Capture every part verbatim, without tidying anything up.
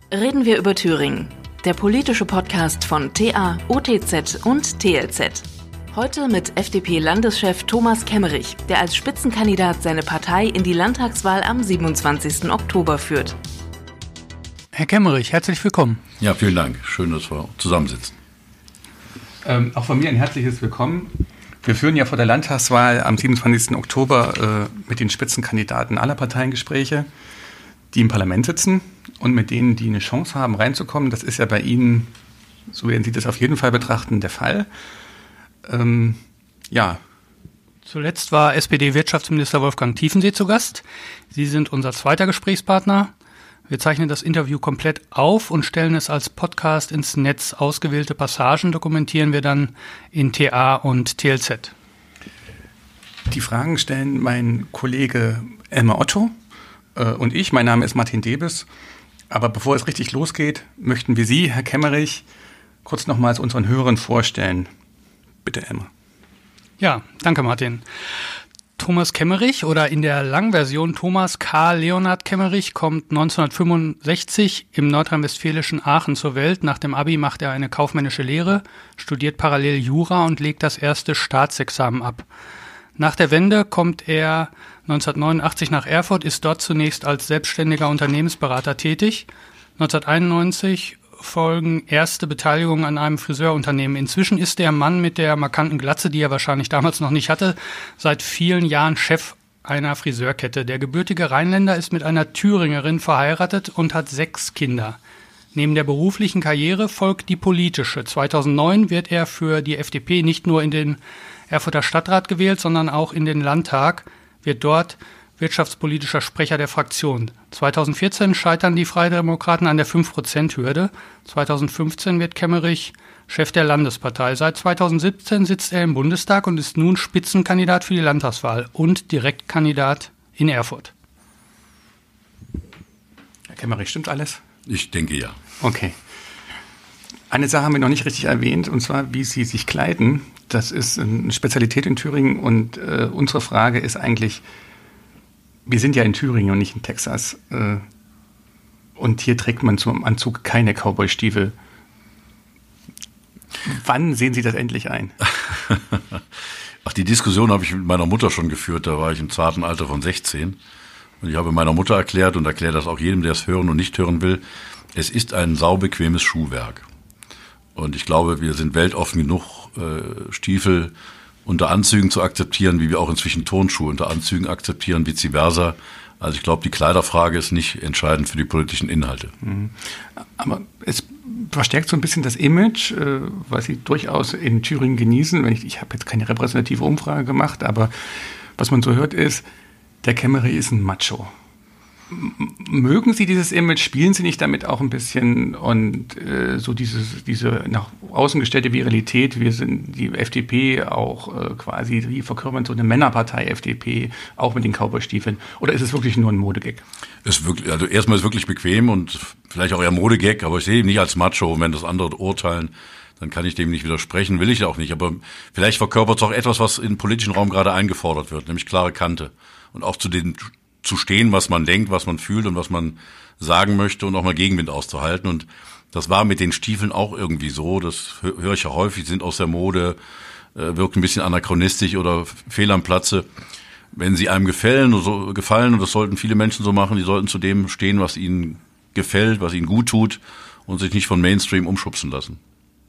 Reden wir über Thüringen, der politische Podcast von T A, O T Z und T L Z. Heute mit F D P-Landeschef Thomas Kemmerich, der als Spitzenkandidat seine Partei in die Landtagswahl am siebenundzwanzigsten Oktober führt. Herr Kemmerich, herzlich willkommen. Ja, vielen Dank. Schön, dass wir zusammensitzen. Ähm, auch von mir ein herzliches Willkommen. Wir führen ja vor der Landtagswahl am siebenundzwanzigsten Oktober äh, mit den Spitzenkandidaten aller Parteien Gespräche, die im Parlament sitzen und mit denen, die eine Chance haben, reinzukommen. Das ist ja bei Ihnen, so werden Sie das auf jeden Fall betrachten, der Fall. Ähm, ja. Zuletzt war S P D-Wirtschaftsminister Wolfgang Tiefensee zu Gast. Sie sind unser zweiter Gesprächspartner. Wir zeichnen das Interview komplett auf und stellen es als Podcast ins Netz. Ausgewählte Passagen dokumentieren wir dann in T A und T L Z. Die Fragen stellen mein Kollege Elmar Otto äh, und ich. Mein Name ist Martin Debes. Aber bevor es richtig losgeht, möchten wir Sie, Herr Kemmerich, kurz nochmals unseren Hörern vorstellen. Bitte, Elmar. Ja, danke, Martin. Thomas Kemmerich oder in der Langversion Thomas Karl Leonhard Kemmerich kommt neunzehnhundertfünfundsechzig im nordrhein-westfälischen Aachen zur Welt. Nach dem Abi macht er eine kaufmännische Lehre, studiert parallel Jura und legt das erste Staatsexamen ab. Nach der Wende kommt er neunzehnhundertneunundachtzig nach Erfurt, ist dort zunächst als selbstständiger Unternehmensberater tätig. neunzehnhunderteinundneunzig folgen erste Beteiligungen an einem Friseurunternehmen. Inzwischen ist der Mann mit der markanten Glatze, die er wahrscheinlich damals noch nicht hatte, seit vielen Jahren Chef einer Friseurkette. Der gebürtige Rheinländer ist mit einer Thüringerin verheiratet und hat sechs Kinder. Neben der beruflichen Karriere folgt die politische. zweitausendneun wird er für die F D P nicht nur in den Erfurter Stadtrat gewählt, sondern auch in den Landtag, wird dort wirtschaftspolitischer Sprecher der Fraktion. zweitausendvierzehn scheitern die Freidemokraten an der fünf Prozent Hürde. zweitausendfünfzehn wird Kemmerich Chef der Landespartei. Seit zweitausendsiebzehn sitzt er im Bundestag und ist nun Spitzenkandidat für die Landtagswahl und Direktkandidat in Erfurt. Herr Kemmerich, stimmt alles? Ich denke ja. Okay. Eine Sache haben wir noch nicht richtig erwähnt, und zwar, wie Sie sich kleiden. Das ist eine Spezialität in Thüringen und äh, unsere Frage ist eigentlich, wir sind ja in Thüringen und nicht in Texas. Äh, und hier trägt man zum Anzug keine Cowboy-Stiefel. Wann sehen Sie das endlich ein? Ach, die Diskussion habe ich mit meiner Mutter schon geführt. Da war ich im zarten Alter von sechzehn. Und ich habe meiner Mutter erklärt und erkläre das auch jedem, der es hören und nicht hören will, es ist ein saubequemes Schuhwerk. Und ich glaube, wir sind weltoffen genug, äh, Stiefel unter Anzügen zu akzeptieren, wie wir auch inzwischen Turnschuhe unter Anzügen akzeptieren, vice versa. Also ich glaube, die Kleiderfrage ist nicht entscheidend für die politischen Inhalte. Aber es verstärkt so ein bisschen das Image, was Sie durchaus in Thüringen genießen. Wenn ich ich habe jetzt keine repräsentative Umfrage gemacht, aber was man so hört ist, der Kemmerich ist ein Macho. Mögen Sie dieses Image, spielen Sie nicht damit auch ein bisschen und äh, so dieses, diese nach außen gestellte Viralität, wir sind die F D P auch äh, quasi, wie verkörpern so eine Männerpartei F D P, auch mit den Cowboy-Stiefeln, oder ist es wirklich nur ein Modegag? Es ist wirklich, also erstmal ist es wirklich bequem und vielleicht auch eher Modegag, aber ich sehe ihn nicht als Macho. Und wenn das andere urteilen, dann kann ich dem nicht widersprechen, will ich auch nicht. Aber vielleicht verkörpert es auch etwas, was im politischen Raum gerade eingefordert wird, nämlich klare Kante und auch zu den zu stehen, was man denkt, was man fühlt und was man sagen möchte und auch mal Gegenwind auszuhalten. Und das war mit den Stiefeln auch irgendwie so. Das höre ich ja häufig, sind aus der Mode, äh, wirken ein bisschen anachronistisch oder fehl am Platze. Wenn sie einem gefallen, oder so, gefallen, und das sollten viele Menschen so machen, die sollten zu dem stehen, was ihnen gefällt, was ihnen gut tut und sich nicht von Mainstream umschubsen lassen.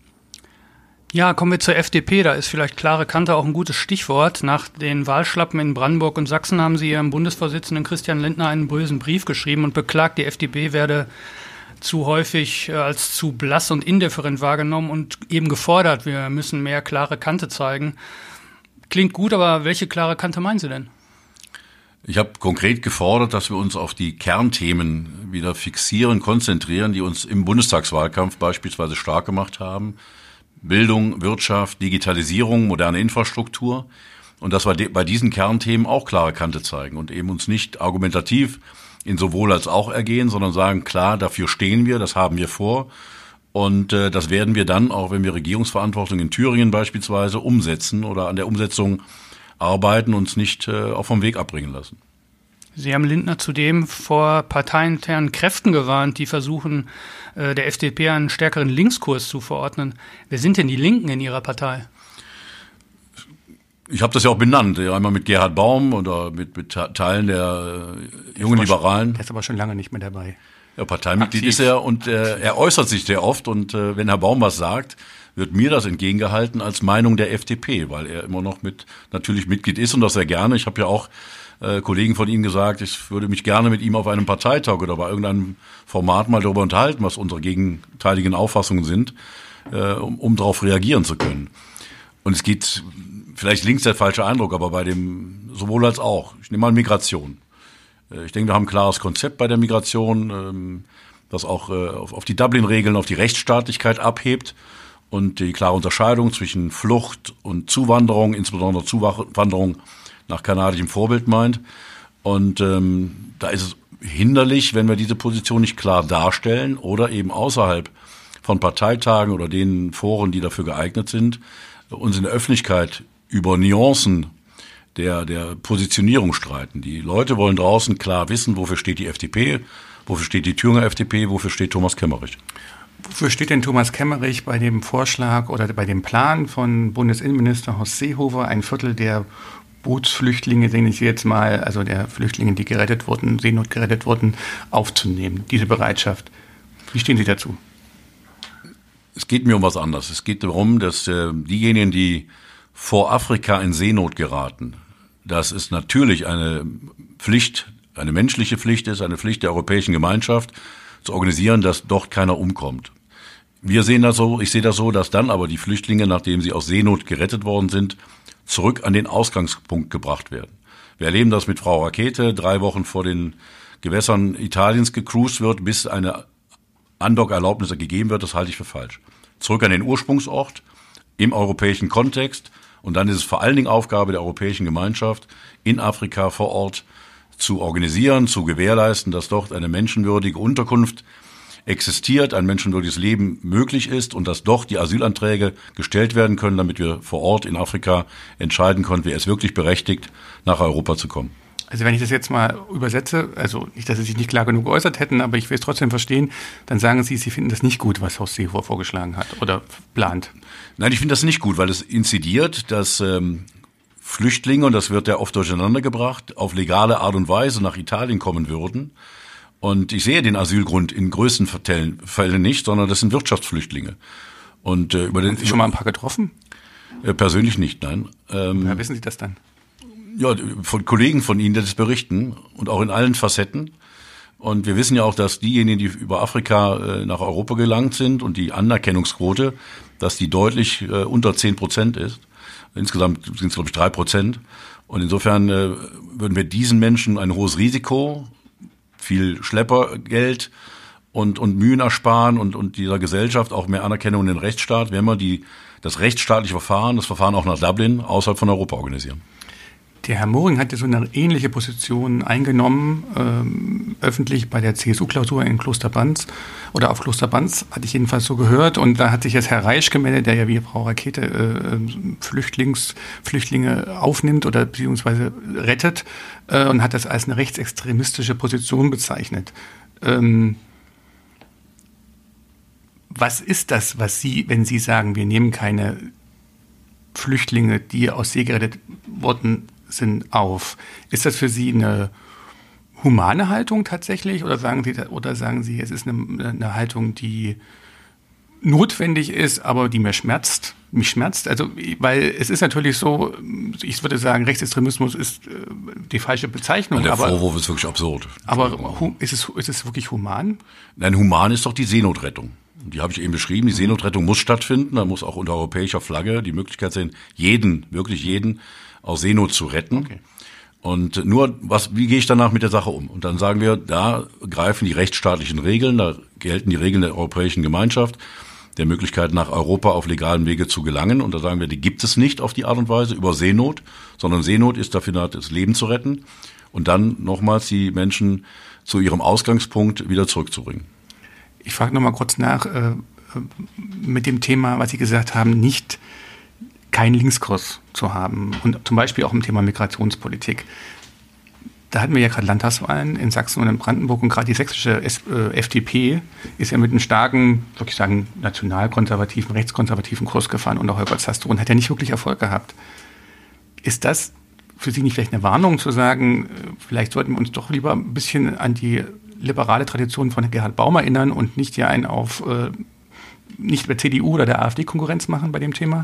Ja, kommen wir zur F D P. Da ist vielleicht klare Kante auch ein gutes Stichwort. Nach den Wahlschlappen in Brandenburg und Sachsen haben Sie Ihrem Bundesvorsitzenden Christian Lindner einen bösen Brief geschrieben und beklagt, die F D P werde zu häufig als zu blass und indifferent wahrgenommen und eben gefordert, wir müssen mehr klare Kante zeigen. Klingt gut, aber welche klare Kante meinen Sie denn? Ich habe konkret gefordert, dass wir uns auf die Kernthemen wieder fixieren, konzentrieren, die uns im Bundestagswahlkampf beispielsweise stark gemacht haben. Bildung, Wirtschaft, Digitalisierung, moderne Infrastruktur. Und dass wir bei diesen Kernthemen auch klare Kante zeigen und eben uns nicht argumentativ in sowohl als auch ergehen, sondern sagen, klar, dafür stehen wir, das haben wir vor. Und äh, das werden wir dann, auch wenn wir Regierungsverantwortung in Thüringen beispielsweise umsetzen oder an der Umsetzung arbeiten, uns nicht äh, auch vom Weg abbringen lassen. Sie haben Lindner zudem vor parteiinternen Kräften gewarnt, die versuchen, der F D P einen stärkeren Linkskurs zu verordnen. Wer sind denn die Linken in Ihrer Partei? Ich habe das ja auch benannt, einmal mit Gerhard Baum oder mit, mit Teilen der äh, jungen Liberalen. Der ist aber schon lange nicht mehr dabei. Ja, Parteimitglied Aktiv. Ist er und äh, er äußert sich sehr oft und äh, wenn Herr Baum was sagt, wird mir das entgegengehalten als Meinung der F D P, weil er immer noch mit natürlich Mitglied ist und das sehr gerne. Ich habe ja auch äh, Kollegen von Ihnen gesagt, ich würde mich gerne mit ihm auf einem Parteitag oder bei irgendeinem Format mal darüber unterhalten, was unsere gegenteiligen Auffassungen sind, äh, um, um darauf reagieren zu können. Und es geht, vielleicht links der falsche Eindruck, aber bei dem sowohl als auch. Ich nehme mal Migration. Ich denke, wir haben ein klares Konzept bei der Migration, das auch auf die Dublin-Regeln, auf die Rechtsstaatlichkeit abhebt und die klare Unterscheidung zwischen Flucht und Zuwanderung, insbesondere Zuwanderung nach kanadischem Vorbild meint. Und ähm, da ist es hinderlich, wenn wir diese Position nicht klar darstellen oder eben außerhalb von Parteitagen oder den Foren, die dafür geeignet sind, uns in der Öffentlichkeit über Nuancen der, der Positionierung streiten. Die Leute wollen draußen klar wissen, wofür steht die F D P, wofür steht die Thüringer F D P, wofür steht Thomas Kemmerich. Wofür steht denn Thomas Kemmerich bei dem Vorschlag oder bei dem Plan von Bundesinnenminister Horst Seehofer, ein Viertel der Bootsflüchtlinge, den ich jetzt mal, also der Flüchtlinge, die gerettet wurden, Seenot gerettet wurden, aufzunehmen, diese Bereitschaft? Wie stehen Sie dazu? Es geht mir um was anderes. Es geht darum, dass äh, diejenigen, die vor Afrika in Seenot geraten, dass es natürlich eine Pflicht, eine menschliche Pflicht ist, eine Pflicht der Europäischen Gemeinschaft, zu organisieren, dass dort keiner umkommt. Wir sehen das so, ich sehe das so, dass dann aber die Flüchtlinge, nachdem sie aus Seenot gerettet worden sind, zurück an den Ausgangspunkt gebracht werden. Wir erleben das mit Frau Rakete, drei Wochen vor den Gewässern Italiens gecruised wird, bis eine Andockerlaubnis gegeben wird, das halte ich für falsch. Zurück an den Ursprungsort, im europäischen Kontext, und dann ist es vor allen Dingen Aufgabe der Europäischen Gemeinschaft, in Afrika vor Ort zu organisieren, zu gewährleisten, dass dort eine menschenwürdige Unterkunft existiert, ein menschenwürdiges Leben möglich ist und dass doch die Asylanträge gestellt werden können, damit wir vor Ort in Afrika entscheiden können, wer ist wirklich berechtigt, nach Europa zu kommen. Also wenn ich das jetzt mal übersetze, also nicht, dass Sie sich nicht klar genug geäußert hätten, aber ich will es trotzdem verstehen, dann sagen Sie, Sie finden das nicht gut, was Horst Seehofer vorgeschlagen hat oder plant. Nein, ich finde das nicht gut, weil es inzidiert, dass ähm, Flüchtlinge, und das wird ja oft durcheinander gebracht, auf legale Art und Weise nach Italien kommen würden. Und ich sehe den Asylgrund in größten Fällen nicht, sondern das sind Wirtschaftsflüchtlinge. Und äh, über den, Haben Sie schon mal ein paar getroffen? Äh, persönlich nicht, nein. Ähm, Woher wissen Sie das dann? Ja, von Kollegen von Ihnen, die das berichten und auch in allen Facetten. Und wir wissen ja auch, dass diejenigen, die über Afrika äh, nach Europa gelangt sind und die Anerkennungsquote, dass die deutlich äh, unter zehn Prozent ist. Insgesamt sind es, glaube ich, drei Prozent. Und insofern äh, würden wir diesen Menschen ein hohes Risiko, viel Schleppergeld und, und Mühen ersparen und, und dieser Gesellschaft auch mehr Anerkennung in den Rechtsstaat, wenn wir die, das rechtsstaatliche Verfahren, das Verfahren auch nach Dublin, außerhalb von Europa organisieren. Der Herr Moring hat ja so eine ähnliche Position eingenommen, ähm, öffentlich bei der C S U-Klausur in Klosterbanz oder auf Klosterbanz, hatte ich jedenfalls so gehört. Und da hat sich jetzt Herr Reisch gemeldet, der ja wie Frau Rakete äh, Flüchtlings, Flüchtlinge aufnimmt oder beziehungsweise rettet äh, und hat das als eine rechtsextremistische Position bezeichnet. Ähm, was ist das, was Sie, wenn Sie sagen, wir nehmen keine Flüchtlinge, die aus See gerettet wurden, sind auf. Ist das für Sie eine humane Haltung tatsächlich oder sagen Sie, oder sagen Sie, es ist eine, eine Haltung, die notwendig ist, aber die mir schmerzt, mich schmerzt? Also, weil es ist natürlich so, ich würde sagen, Rechtsextremismus ist die falsche Bezeichnung. Der aber, Vorwurf ist wirklich absurd. Aber ist es, ist es wirklich human? Nein, human ist doch die Seenotrettung. Die habe ich eben beschrieben. Die Seenotrettung muss stattfinden. Da muss auch unter europäischer Flagge die Möglichkeit sein, jeden, wirklich jeden aus Seenot zu retten. Okay. Und nur, was, wie gehe ich danach mit der Sache um? Und dann sagen wir, da greifen die rechtsstaatlichen Regeln, da gelten die Regeln der Europäischen Gemeinschaft, der Möglichkeit nach Europa auf legalem Wege zu gelangen. Und da sagen wir, die gibt es nicht auf die Art und Weise über Seenot, sondern Seenot ist dafür da, das Leben zu retten und dann nochmals die Menschen zu ihrem Ausgangspunkt wieder zurückzubringen. Ich frage noch mal kurz nach, äh, mit dem Thema, was Sie gesagt haben, nicht keinen Linkskurs zu haben und zum Beispiel auch im Thema Migrationspolitik. Da hatten wir ja gerade Landtagswahlen in Sachsen und in Brandenburg und gerade die sächsische S- äh, F D P ist ja mit einem starken, wirklich sagen, nationalkonservativen, rechtskonservativen Kurs gefahren unter Holger Zastrow und hat ja nicht wirklich Erfolg gehabt. Ist das für Sie nicht vielleicht eine Warnung zu sagen, vielleicht sollten wir uns doch lieber ein bisschen an die liberale Tradition von Gerhard Baum erinnern und nicht hier einen auf äh, nicht der C D U oder der AfD Konkurrenz machen bei dem Thema?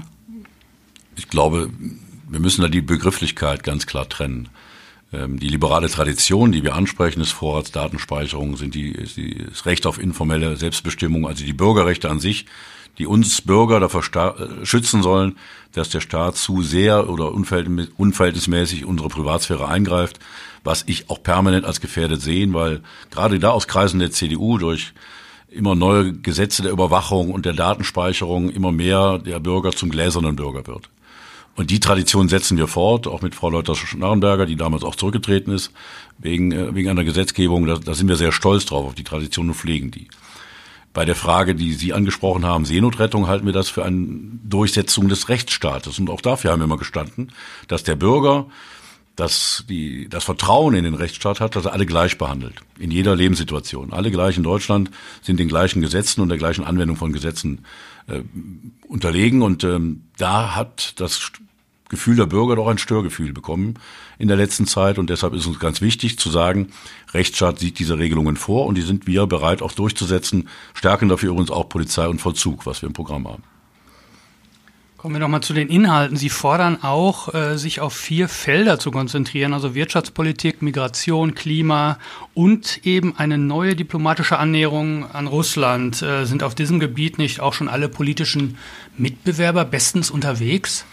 Ich glaube, wir müssen da die Begrifflichkeit ganz klar trennen. Die liberale Tradition, die wir ansprechen, ist Vorratsdatenspeicherung, sind die, ist die, das Recht auf informelle Selbstbestimmung, also die Bürgerrechte an sich, die uns Bürger davor sta- schützen sollen, dass der Staat zu sehr oder unverhältnismäßig unsere Privatsphäre eingreift, was ich auch permanent als gefährdet sehe, weil gerade da aus Kreisen der C D U durch immer neue Gesetze der Überwachung und der Datenspeicherung immer mehr der Bürger zum gläsernen Bürger wird. Und die Tradition setzen wir fort, auch mit Frau Leuthers-Schnarrenberger, die damals auch zurückgetreten ist, wegen, äh, wegen einer Gesetzgebung. Da, da sind wir sehr stolz drauf, auf die Tradition und pflegen die. Bei der Frage, die Sie angesprochen haben, Seenotrettung, halten wir das für eine Durchsetzung des Rechtsstaates. Und auch dafür haben wir immer gestanden, dass der Bürger dass die, das Vertrauen in den Rechtsstaat hat, dass er alle gleich behandelt. In jeder Lebenssituation. Alle gleich in Deutschland sind den gleichen Gesetzen und der gleichen Anwendung von Gesetzen äh, unterlegen. Und ähm, da hat das Gefühl der Bürger doch ein Störgefühl bekommen in der letzten Zeit. Und deshalb ist uns ganz wichtig zu sagen, Rechtsstaat sieht diese Regelungen vor und die sind wir bereit auch durchzusetzen. Stärken dafür übrigens auch Polizei und Vollzug, was wir im Programm haben. Kommen wir nochmal zu den Inhalten. Sie fordern auch, äh, sich auf vier Felder zu konzentrieren, also Wirtschaftspolitik, Migration, Klima und eben eine neue diplomatische Annäherung an Russland. Äh, sind auf diesem Gebiet nicht auch schon alle politischen Mitbewerber bestens unterwegs?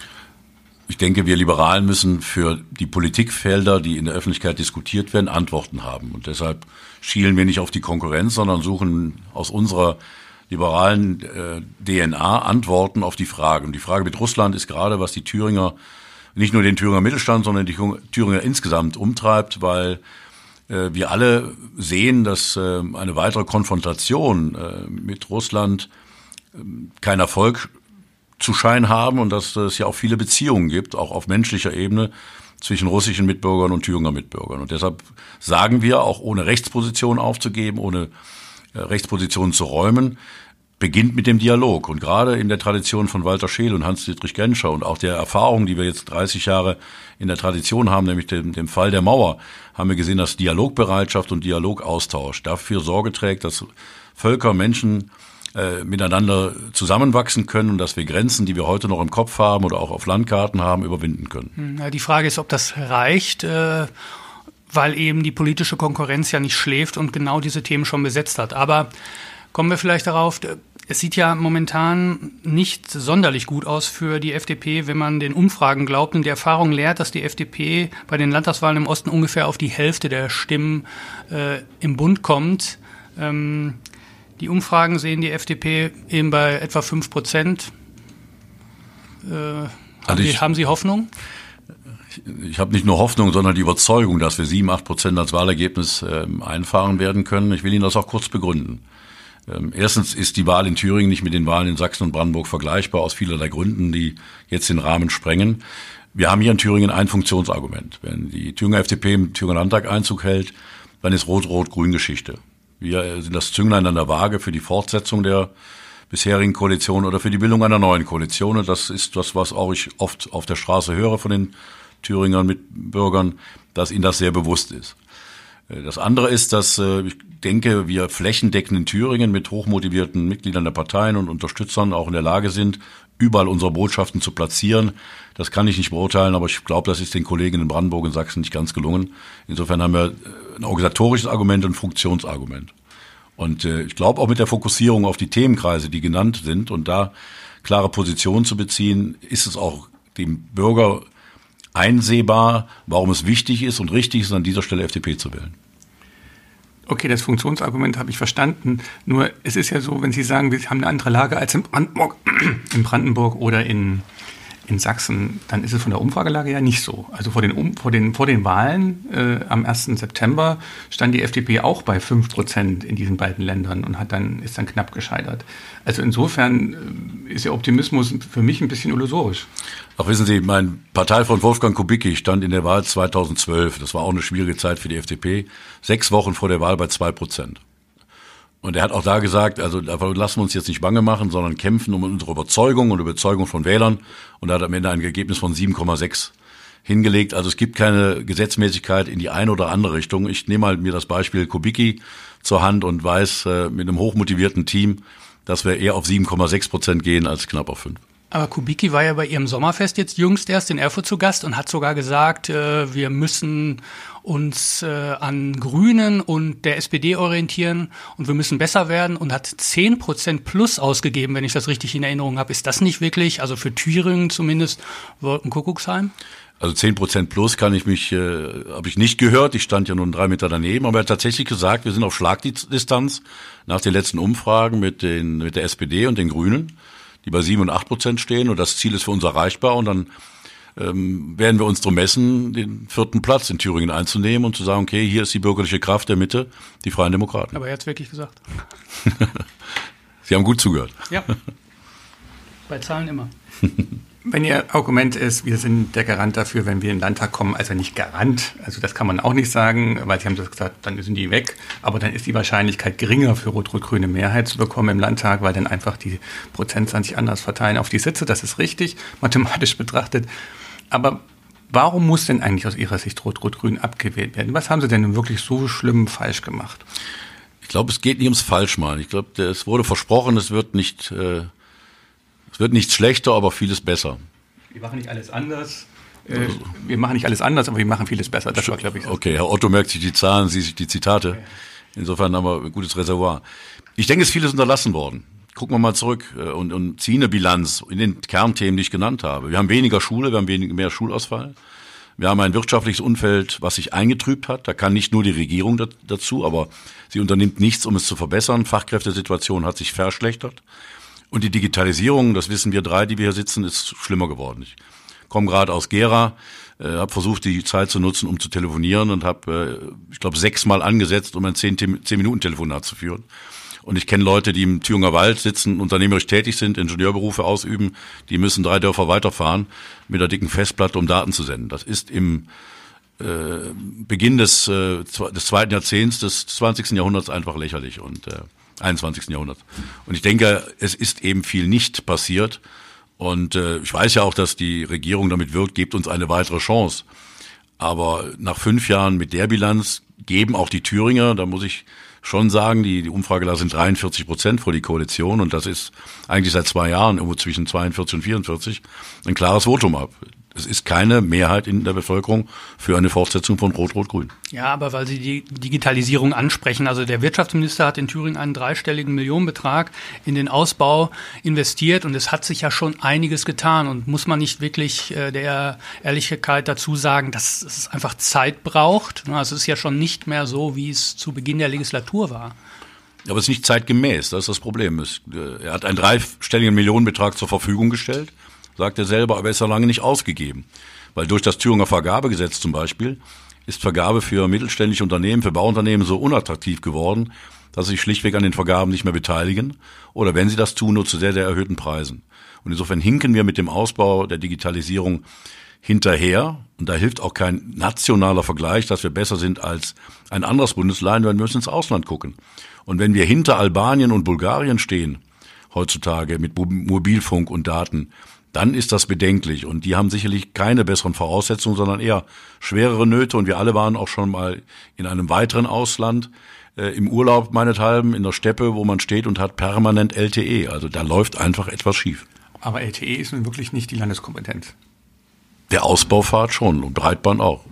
Ich denke, wir Liberalen müssen für die Politikfelder, die in der Öffentlichkeit diskutiert werden, Antworten haben. Und deshalb schielen wir nicht auf die Konkurrenz, sondern suchen aus unserer liberalen äh, D N A Antworten auf die Frage. Und die Frage mit Russland ist gerade, was die Thüringer, nicht nur den Thüringer Mittelstand, sondern die Thüringer insgesamt umtreibt, weil äh, wir alle sehen, dass äh, eine weitere Konfrontation äh, mit Russland äh, keinen Erfolg zu Schein haben und dass es ja auch viele Beziehungen gibt, auch auf menschlicher Ebene, zwischen russischen Mitbürgern und Thüringer Mitbürgern. Und deshalb sagen wir, auch ohne Rechtsposition aufzugeben, ohne Rechtspositionen zu räumen, beginnt mit dem Dialog. Und gerade in der Tradition von Walter Scheel und Hans-Dietrich Genscher und auch der Erfahrung, die wir jetzt dreißig Jahre in der Tradition haben, nämlich dem, dem Fall der Mauer, haben wir gesehen, dass Dialogbereitschaft und Dialogaustausch dafür Sorge trägt, dass Völker, Menschen äh, miteinander zusammenwachsen können und dass wir Grenzen, die wir heute noch im Kopf haben oder auch auf Landkarten haben, überwinden können. Ja, die Frage ist, ob das reicht, äh weil eben die politische Konkurrenz ja nicht schläft und genau diese Themen schon besetzt hat. Aber kommen wir vielleicht darauf, es sieht ja momentan nicht sonderlich gut aus für die F D P, wenn man den Umfragen glaubt. Und die Erfahrung lehrt, dass die F D P bei den Landtagswahlen im Osten ungefähr auf die Hälfte der Stimmen äh, im Bund kommt. Ähm, die Umfragen sehen die F D P eben bei etwa fünf Prozent. Äh, haben, Sie, haben Sie Hoffnung? Ich habe nicht nur Hoffnung, sondern die Überzeugung, dass wir sieben, acht Prozent als Wahlergebnis äh, einfahren werden können. Ich will Ihnen das auch kurz begründen. Ähm, erstens ist die Wahl in Thüringen nicht mit den Wahlen in Sachsen und Brandenburg vergleichbar, aus vielerlei Gründen, die jetzt den Rahmen sprengen. Wir haben hier in Thüringen ein Funktionsargument. Wenn die Thüringer F D P im Thüringer Landtag Einzug hält, dann ist Rot-Rot-Grün Geschichte. Wir sind das Zünglein an der Waage für die Fortsetzung der bisherigen Koalition oder für die Bildung einer neuen Koalition. Und das ist das, was auch ich oft auf der Straße höre von den Thüringer Mitbürgern, dass ihnen das sehr bewusst ist. Das andere ist, dass ich denke, wir flächendeckend in Thüringen mit hochmotivierten Mitgliedern der Parteien und Unterstützern auch in der Lage sind, überall unsere Botschaften zu platzieren. Das kann ich nicht beurteilen, aber ich glaube, das ist den Kollegen in Brandenburg und Sachsen nicht ganz gelungen. Insofern haben wir ein organisatorisches Argument und ein Funktionsargument. Und ich glaube auch mit der Fokussierung auf die Themenkreise, die genannt sind und da klare Positionen zu beziehen, ist es auch dem Bürger einsehbar, warum es wichtig ist und richtig ist, an dieser Stelle F D P zu wählen. Okay, das Funktionsargument habe ich verstanden. Nur es ist ja so, wenn Sie sagen, wir haben eine andere Lage als in Brandenburg, in Brandenburg oder in, in Sachsen, dann ist es von der Umfragelage ja nicht so. Also vor den, um, vor den, vor den Wahlen äh, am ersten September stand die F D P auch bei fünf Prozent in diesen beiden Ländern und hat dann, ist dann knapp gescheitert. Also insofern äh, ist der Optimismus für mich ein bisschen illusorisch. Ach, wissen Sie, mein Parteifreund Wolfgang Kubicki stand in der Wahl zweitausendzwölf, das war auch eine schwierige Zeit für die F D P, sechs Wochen vor der Wahl bei zwei Prozent. Und er hat auch da gesagt, also da lassen wir uns jetzt nicht bange machen, sondern kämpfen um unsere Überzeugung und Überzeugung von Wählern. Und er hat am Ende ein Ergebnis von sieben Komma sechs hingelegt. Also es gibt keine Gesetzmäßigkeit in die eine oder andere Richtung. Ich nehme halt mir das Beispiel Kubicki zur Hand und weiß äh, mit einem hochmotivierten Team, dass wir eher auf sieben Komma sechs Prozent gehen als knapp auf fünf. Aber Kubicki war ja bei Ihrem Sommerfest jetzt jüngst erst in Erfurt zu Gast und hat sogar gesagt, äh, wir müssen uns äh, an Grünen und der S P D orientieren und wir müssen besser werden und hat zehn Prozent plus ausgegeben, wenn ich das richtig in Erinnerung habe. Ist das nicht wirklich, also für Thüringen zumindest, Wolkenkuckucksheim? Also zehn Prozent plus kann ich mich, äh, habe ich nicht gehört. Ich stand ja nun drei Meter daneben. Aber er hat tatsächlich gesagt, wir sind auf Schlagdistanz nach den letzten Umfragen mit den mit der S P D und den Grünen, die bei sieben und acht Prozent stehen. Und das Ziel ist für uns erreichbar. Und dann ähm, werden wir uns drum messen, den vierten Platz in Thüringen einzunehmen und zu sagen, okay, hier ist die bürgerliche Kraft der Mitte, die Freien Demokraten. Aber er hat es wirklich gesagt. Sie haben gut zugehört. Ja, bei Zahlen immer. Wenn Ihr Argument ist, wir sind der Garant dafür, wenn wir in den Landtag kommen, also nicht Garant, also das kann man auch nicht sagen, weil Sie haben das gesagt, dann sind die weg, aber dann ist die Wahrscheinlichkeit geringer für Rot-Rot-Grüne Mehrheit zu bekommen im Landtag, weil dann einfach die Prozentzahlen sich anders verteilen auf die Sitze, das ist richtig, mathematisch betrachtet. Aber warum muss denn eigentlich aus Ihrer Sicht Rot-Rot-Grün abgewählt werden? Was haben Sie denn wirklich so schlimm falsch gemacht? Ich glaube, es geht nicht ums Falschmachen. Ich glaube, es wurde versprochen, es wird nicht... Äh Es wird nichts schlechter, aber vieles besser. Wir machen nicht alles anders. Äh, wir machen nicht alles anders, aber wir machen vieles besser. Das war, glaube ich, so. Okay, Herr Otto merkt sich die Zahlen, Sie sich die Zitate. Insofern haben wir ein gutes Reservoir. Ich denke, es ist vieles unterlassen worden. Gucken wir mal zurück und, und ziehen eine Bilanz in den Kernthemen, die ich genannt habe. Wir haben weniger Schule, wir haben weniger, mehr Schulausfall. Wir haben ein wirtschaftliches Umfeld, was sich eingetrübt hat. Da kann nicht nur die Regierung da, dazu, aber sie unternimmt nichts, um es zu verbessern. Fachkräftesituation hat sich verschlechtert. Und die Digitalisierung, das wissen wir drei, die wir hier sitzen, ist schlimmer geworden. Ich komme gerade aus Gera, äh, habe versucht, die Zeit zu nutzen, um zu telefonieren und habe, äh, ich glaube, sechsmal angesetzt, um ein zehn-Minuten-Telefonat zu führen. Und ich kenne Leute, die im Thüringer Wald sitzen, unternehmerisch tätig sind, Ingenieurberufe ausüben, die müssen drei Dörfer weiterfahren mit einer dicken Festplatte, um Daten zu senden. Das ist im äh, Beginn des, äh, des zweiten Jahrzehnts des zwanzigsten Jahrhunderts einfach lächerlich und äh, einundzwanzigsten Jahrhundert. Und ich denke, es ist eben viel nicht passiert. Und äh, ich weiß ja auch, dass die Regierung damit wirkt, gebt uns eine weitere Chance. Aber nach fünf Jahren mit der Bilanz geben auch die Thüringer, da muss ich schon sagen, die, die Umfrage da sind dreiundvierzig Prozent vor die Koalition. Und das ist eigentlich seit zwei Jahren irgendwo zwischen zweiundvierzig und vierundvierzig ein klares Votum ab. Es ist keine Mehrheit in der Bevölkerung für eine Fortsetzung von Rot-Rot-Grün. Ja, aber weil Sie die Digitalisierung ansprechen, also der Wirtschaftsminister hat in Thüringen einen dreistelligen Millionenbetrag in den Ausbau investiert und es hat sich ja schon einiges getan und muss man nicht wirklich äh, der Ehrlichkeit dazu sagen, dass es einfach Zeit braucht. Also es ist ja schon nicht mehr so, wie es zu Beginn der Legislatur war. Aber es ist nicht zeitgemäß, das ist das Problem. Er hat einen dreistelligen Millionenbetrag zur Verfügung gestellt, sagt er selber, aber er ist ja lange nicht ausgegeben. Weil durch das Thüringer Vergabegesetz zum Beispiel ist Vergabe für mittelständische Unternehmen, für Bauunternehmen so unattraktiv geworden, dass sie sich schlichtweg an den Vergaben nicht mehr beteiligen oder wenn sie das tun, nur zu sehr, sehr erhöhten Preisen. Und insofern hinken wir mit dem Ausbau der Digitalisierung hinterher. Und da hilft auch kein nationaler Vergleich, dass wir besser sind als ein anderes Bundesland, weil wir müssen ins Ausland gucken. Und wenn wir hinter Albanien und Bulgarien stehen, heutzutage mit Mobilfunk und Daten, dann ist das bedenklich. Und die haben sicherlich keine besseren Voraussetzungen, sondern eher schwerere Nöte. Und wir alle waren auch schon mal in einem weiteren Ausland, äh, im Urlaub meinethalben, in der Steppe, wo man steht und hat permanent L T E. Also da läuft einfach etwas schief. Aber L T E ist nun wirklich nicht die Landeskompetenz. Der Ausbaufahrt schon und Breitband auch.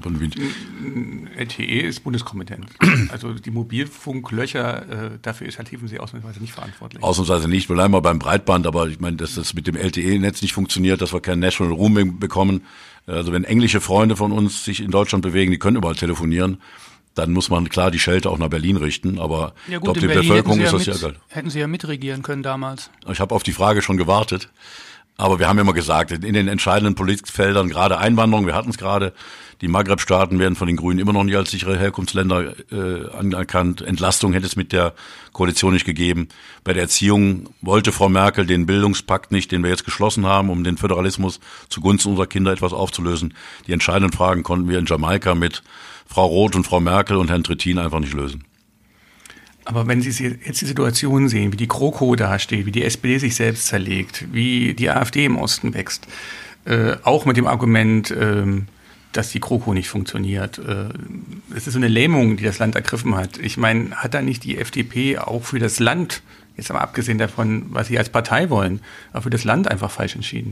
L T E ist Bundeskompetenz. Also die Mobilfunklöcher, äh, dafür ist halt Tiefensee ausnahmsweise nicht verantwortlich. Ausnahmsweise nicht, wir bleiben mal beim Breitband, aber ich meine, dass das mit dem L T E-Netz nicht funktioniert, dass wir kein National Roaming bekommen. Also wenn englische Freunde von uns sich in Deutschland bewegen, die können überall telefonieren, dann muss man klar die Schelte auch nach Berlin richten, aber ja gut, ich glaube, die Bevölkerung ist das ja egal. Hätten Sie ja mitregieren können damals. Ich habe auf die Frage schon gewartet. Aber wir haben immer gesagt, in den entscheidenden Politikfeldern, gerade Einwanderung, wir hatten es gerade, die Maghreb-Staaten werden von den Grünen immer noch nicht als sichere Herkunftsländer äh, anerkannt. Entlastung hätte es mit der Koalition nicht gegeben. Bei der Erziehung wollte Frau Merkel den Bildungspakt nicht, den wir jetzt geschlossen haben, um den Föderalismus zugunsten unserer Kinder etwas aufzulösen. Die entscheidenden Fragen konnten wir in Jamaika mit Frau Roth und Frau Merkel und Herrn Trittin einfach nicht lösen. Aber wenn Sie jetzt die Situation sehen, wie die GroKo dasteht, wie die S P D sich selbst zerlegt, wie die AfD im Osten wächst, äh, auch mit dem Argument, äh, dass die GroKo nicht funktioniert. Äh, es ist so eine Lähmung, die das Land ergriffen hat. Ich meine, hat da nicht die F D P auch für das Land, jetzt aber abgesehen davon, was sie als Partei wollen, auch für das Land einfach falsch entschieden?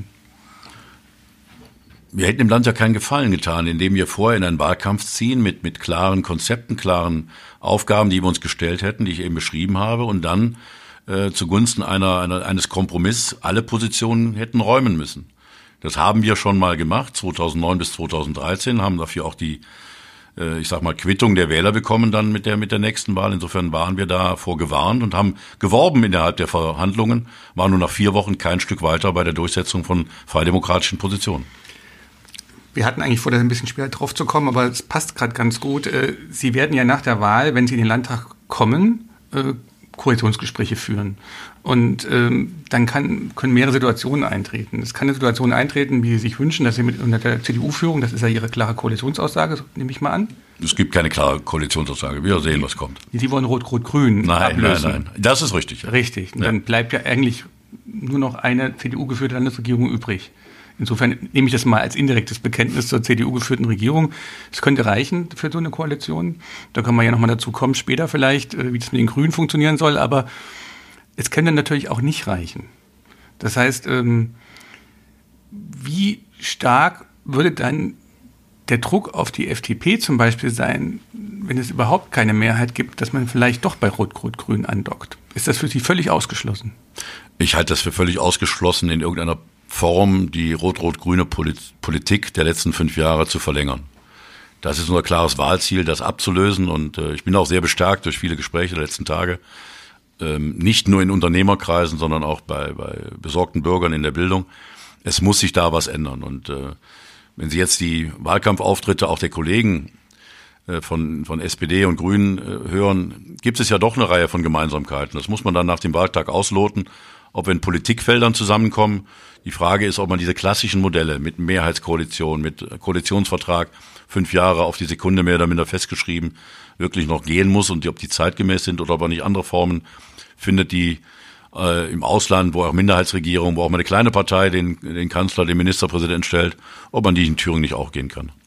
Wir hätten dem Land ja keinen Gefallen getan, indem wir vorher in einen Wahlkampf ziehen mit, mit klaren Konzepten, klaren Aufgaben, die wir uns gestellt hätten, die ich eben beschrieben habe, und dann äh, zugunsten einer, einer, eines Kompromisses alle Positionen hätten räumen müssen. Das haben wir schon mal gemacht, zweitausendneun bis zweitausenddreizehn, haben dafür auch die, äh, ich sag mal, Quittung der Wähler bekommen dann mit der, mit der nächsten Wahl. Insofern waren wir davor gewarnt und haben geworben innerhalb der Verhandlungen, waren nur nach vier Wochen kein Stück weiter bei der Durchsetzung von freidemokratischen Positionen. Wir hatten eigentlich vor, da ein bisschen später drauf zu kommen, aber es passt gerade ganz gut. Sie werden ja nach der Wahl, wenn Sie in den Landtag kommen, Koalitionsgespräche führen. Und ähm, dann kann, können mehrere Situationen eintreten. Es kann eine Situation eintreten, wie Sie sich wünschen, dass Sie mit unter der C D U-Führung, das ist ja Ihre klare Koalitionsaussage, nehme ich mal an. Es gibt keine klare Koalitionsaussage. Wir sehen, was kommt. Sie wollen Rot-Rot-Grün Nein, ablösen. nein, nein. Das ist richtig. Ja. Richtig. Und ja. Dann bleibt ja eigentlich nur noch eine C D U-geführte Landesregierung übrig. Insofern nehme ich das mal als indirektes Bekenntnis zur C D U-geführten Regierung. Es könnte reichen für so eine Koalition. Da können wir ja nochmal dazu kommen, später vielleicht, wie das mit den Grünen funktionieren soll. Aber es könnte natürlich auch nicht reichen. Das heißt, wie stark würde dann der Druck auf die F D P zum Beispiel sein, wenn es überhaupt keine Mehrheit gibt, dass man vielleicht doch bei Rot-Rot-Grün andockt? Ist das für Sie völlig ausgeschlossen? Ich halte das für völlig ausgeschlossen, in irgendeiner Form die rot-rot-grüne Politik der letzten fünf Jahre zu verlängern. Das ist unser klares Wahlziel, das abzulösen, und äh, ich bin auch sehr bestärkt durch viele Gespräche der letzten Tage, ähm, nicht nur in Unternehmerkreisen, sondern auch bei, bei besorgten Bürgern in der Bildung. Es muss sich da was ändern, und äh, wenn Sie jetzt die Wahlkampfauftritte auch der Kollegen äh, von, von S P D und Grünen äh, hören, gibt es ja doch eine Reihe von Gemeinsamkeiten. Das muss man dann nach dem Wahltag ausloten, ob wir in Politikfeldern zusammenkommen. Die Frage ist, ob man diese klassischen Modelle mit Mehrheitskoalition, mit Koalitionsvertrag, fünf Jahre auf die Sekunde mehr oder minder festgeschrieben, wirklich noch gehen muss, und ob die zeitgemäß sind oder ob man nicht andere Formen findet, die äh, im Ausland, wo auch Minderheitsregierung, wo auch mal eine kleine Partei den, den Kanzler, den Ministerpräsidenten stellt, ob man die in Thüringen nicht auch gehen kann.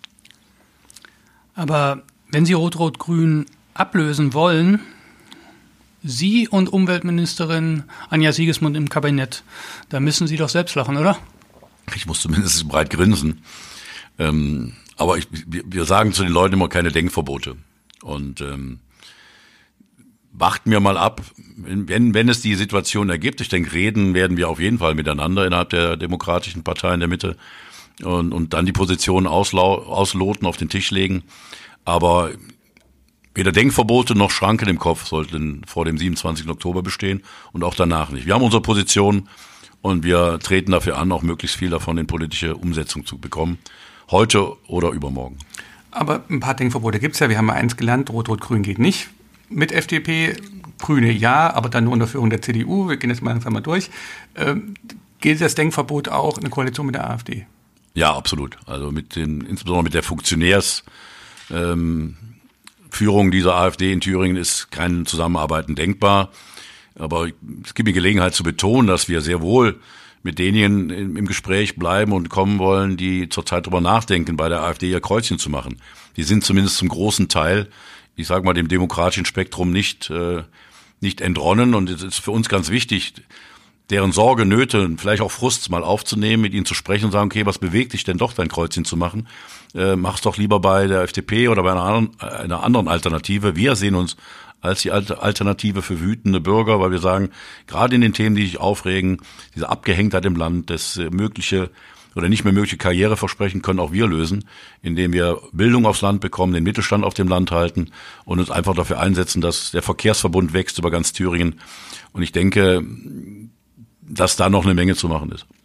Aber wenn Sie Rot-Rot-Grün ablösen wollen, Sie und Umweltministerin Anja Siegesmund im Kabinett, da müssen Sie doch selbst lachen, oder? Ich muss zumindest breit grinsen. Ähm, aber ich, wir, wir sagen zu den Leuten immer keine Denkverbote. Und ähm, warten wir mal ab, wenn, wenn es die Situation ergibt. Ich denke, reden werden wir auf jeden Fall miteinander innerhalb der demokratischen Partei in der Mitte und, und dann die Positionen auslau, ausloten, auf den Tisch legen. Aber weder Denkverbote noch Schranken im Kopf sollten vor dem siebenundzwanzigsten Oktober bestehen und auch danach nicht. Wir haben unsere Position und wir treten dafür an, auch möglichst viel davon in politische Umsetzung zu bekommen. Heute oder übermorgen. Aber ein paar Denkverbote gibt es ja. Wir haben mal eins gelernt, Rot-Rot-Grün geht nicht. Mit F D P, Grüne ja, aber dann nur unter Führung der C D U. Wir gehen jetzt mal langsam mal durch. Ähm, gilt das Denkverbot auch in der Koalition mit der AfD? Ja, absolut. Also mit den, insbesondere mit der Funktionärs ähm, Führung dieser AfD in Thüringen ist kein Zusammenarbeiten denkbar. Aber es gibt mir Gelegenheit zu betonen, dass wir sehr wohl mit denjenigen im Gespräch bleiben und kommen wollen, die zurzeit darüber nachdenken, bei der AfD ihr Kreuzchen zu machen. Die sind zumindest zum großen Teil, ich sage mal, dem demokratischen Spektrum nicht äh, nicht entronnen. Und es ist für uns ganz wichtig, deren Sorge, Nöte, vielleicht auch Frust mal aufzunehmen, mit ihnen zu sprechen und sagen, okay, was bewegt dich denn doch, dein Kreuzchen zu machen? Äh, mach's doch lieber bei der F D P oder bei einer anderen, einer anderen Alternative. Wir sehen uns als die Alternative für wütende Bürger, weil wir sagen, gerade in den Themen, die sich aufregen, diese Abgehängtheit im Land, das mögliche oder nicht mehr mögliche Karriereversprechen können auch wir lösen, indem wir Bildung aufs Land bekommen, den Mittelstand auf dem Land halten und uns einfach dafür einsetzen, dass der Verkehrsverbund wächst über ganz Thüringen. Und ich denke, dass da noch eine Menge zu machen ist.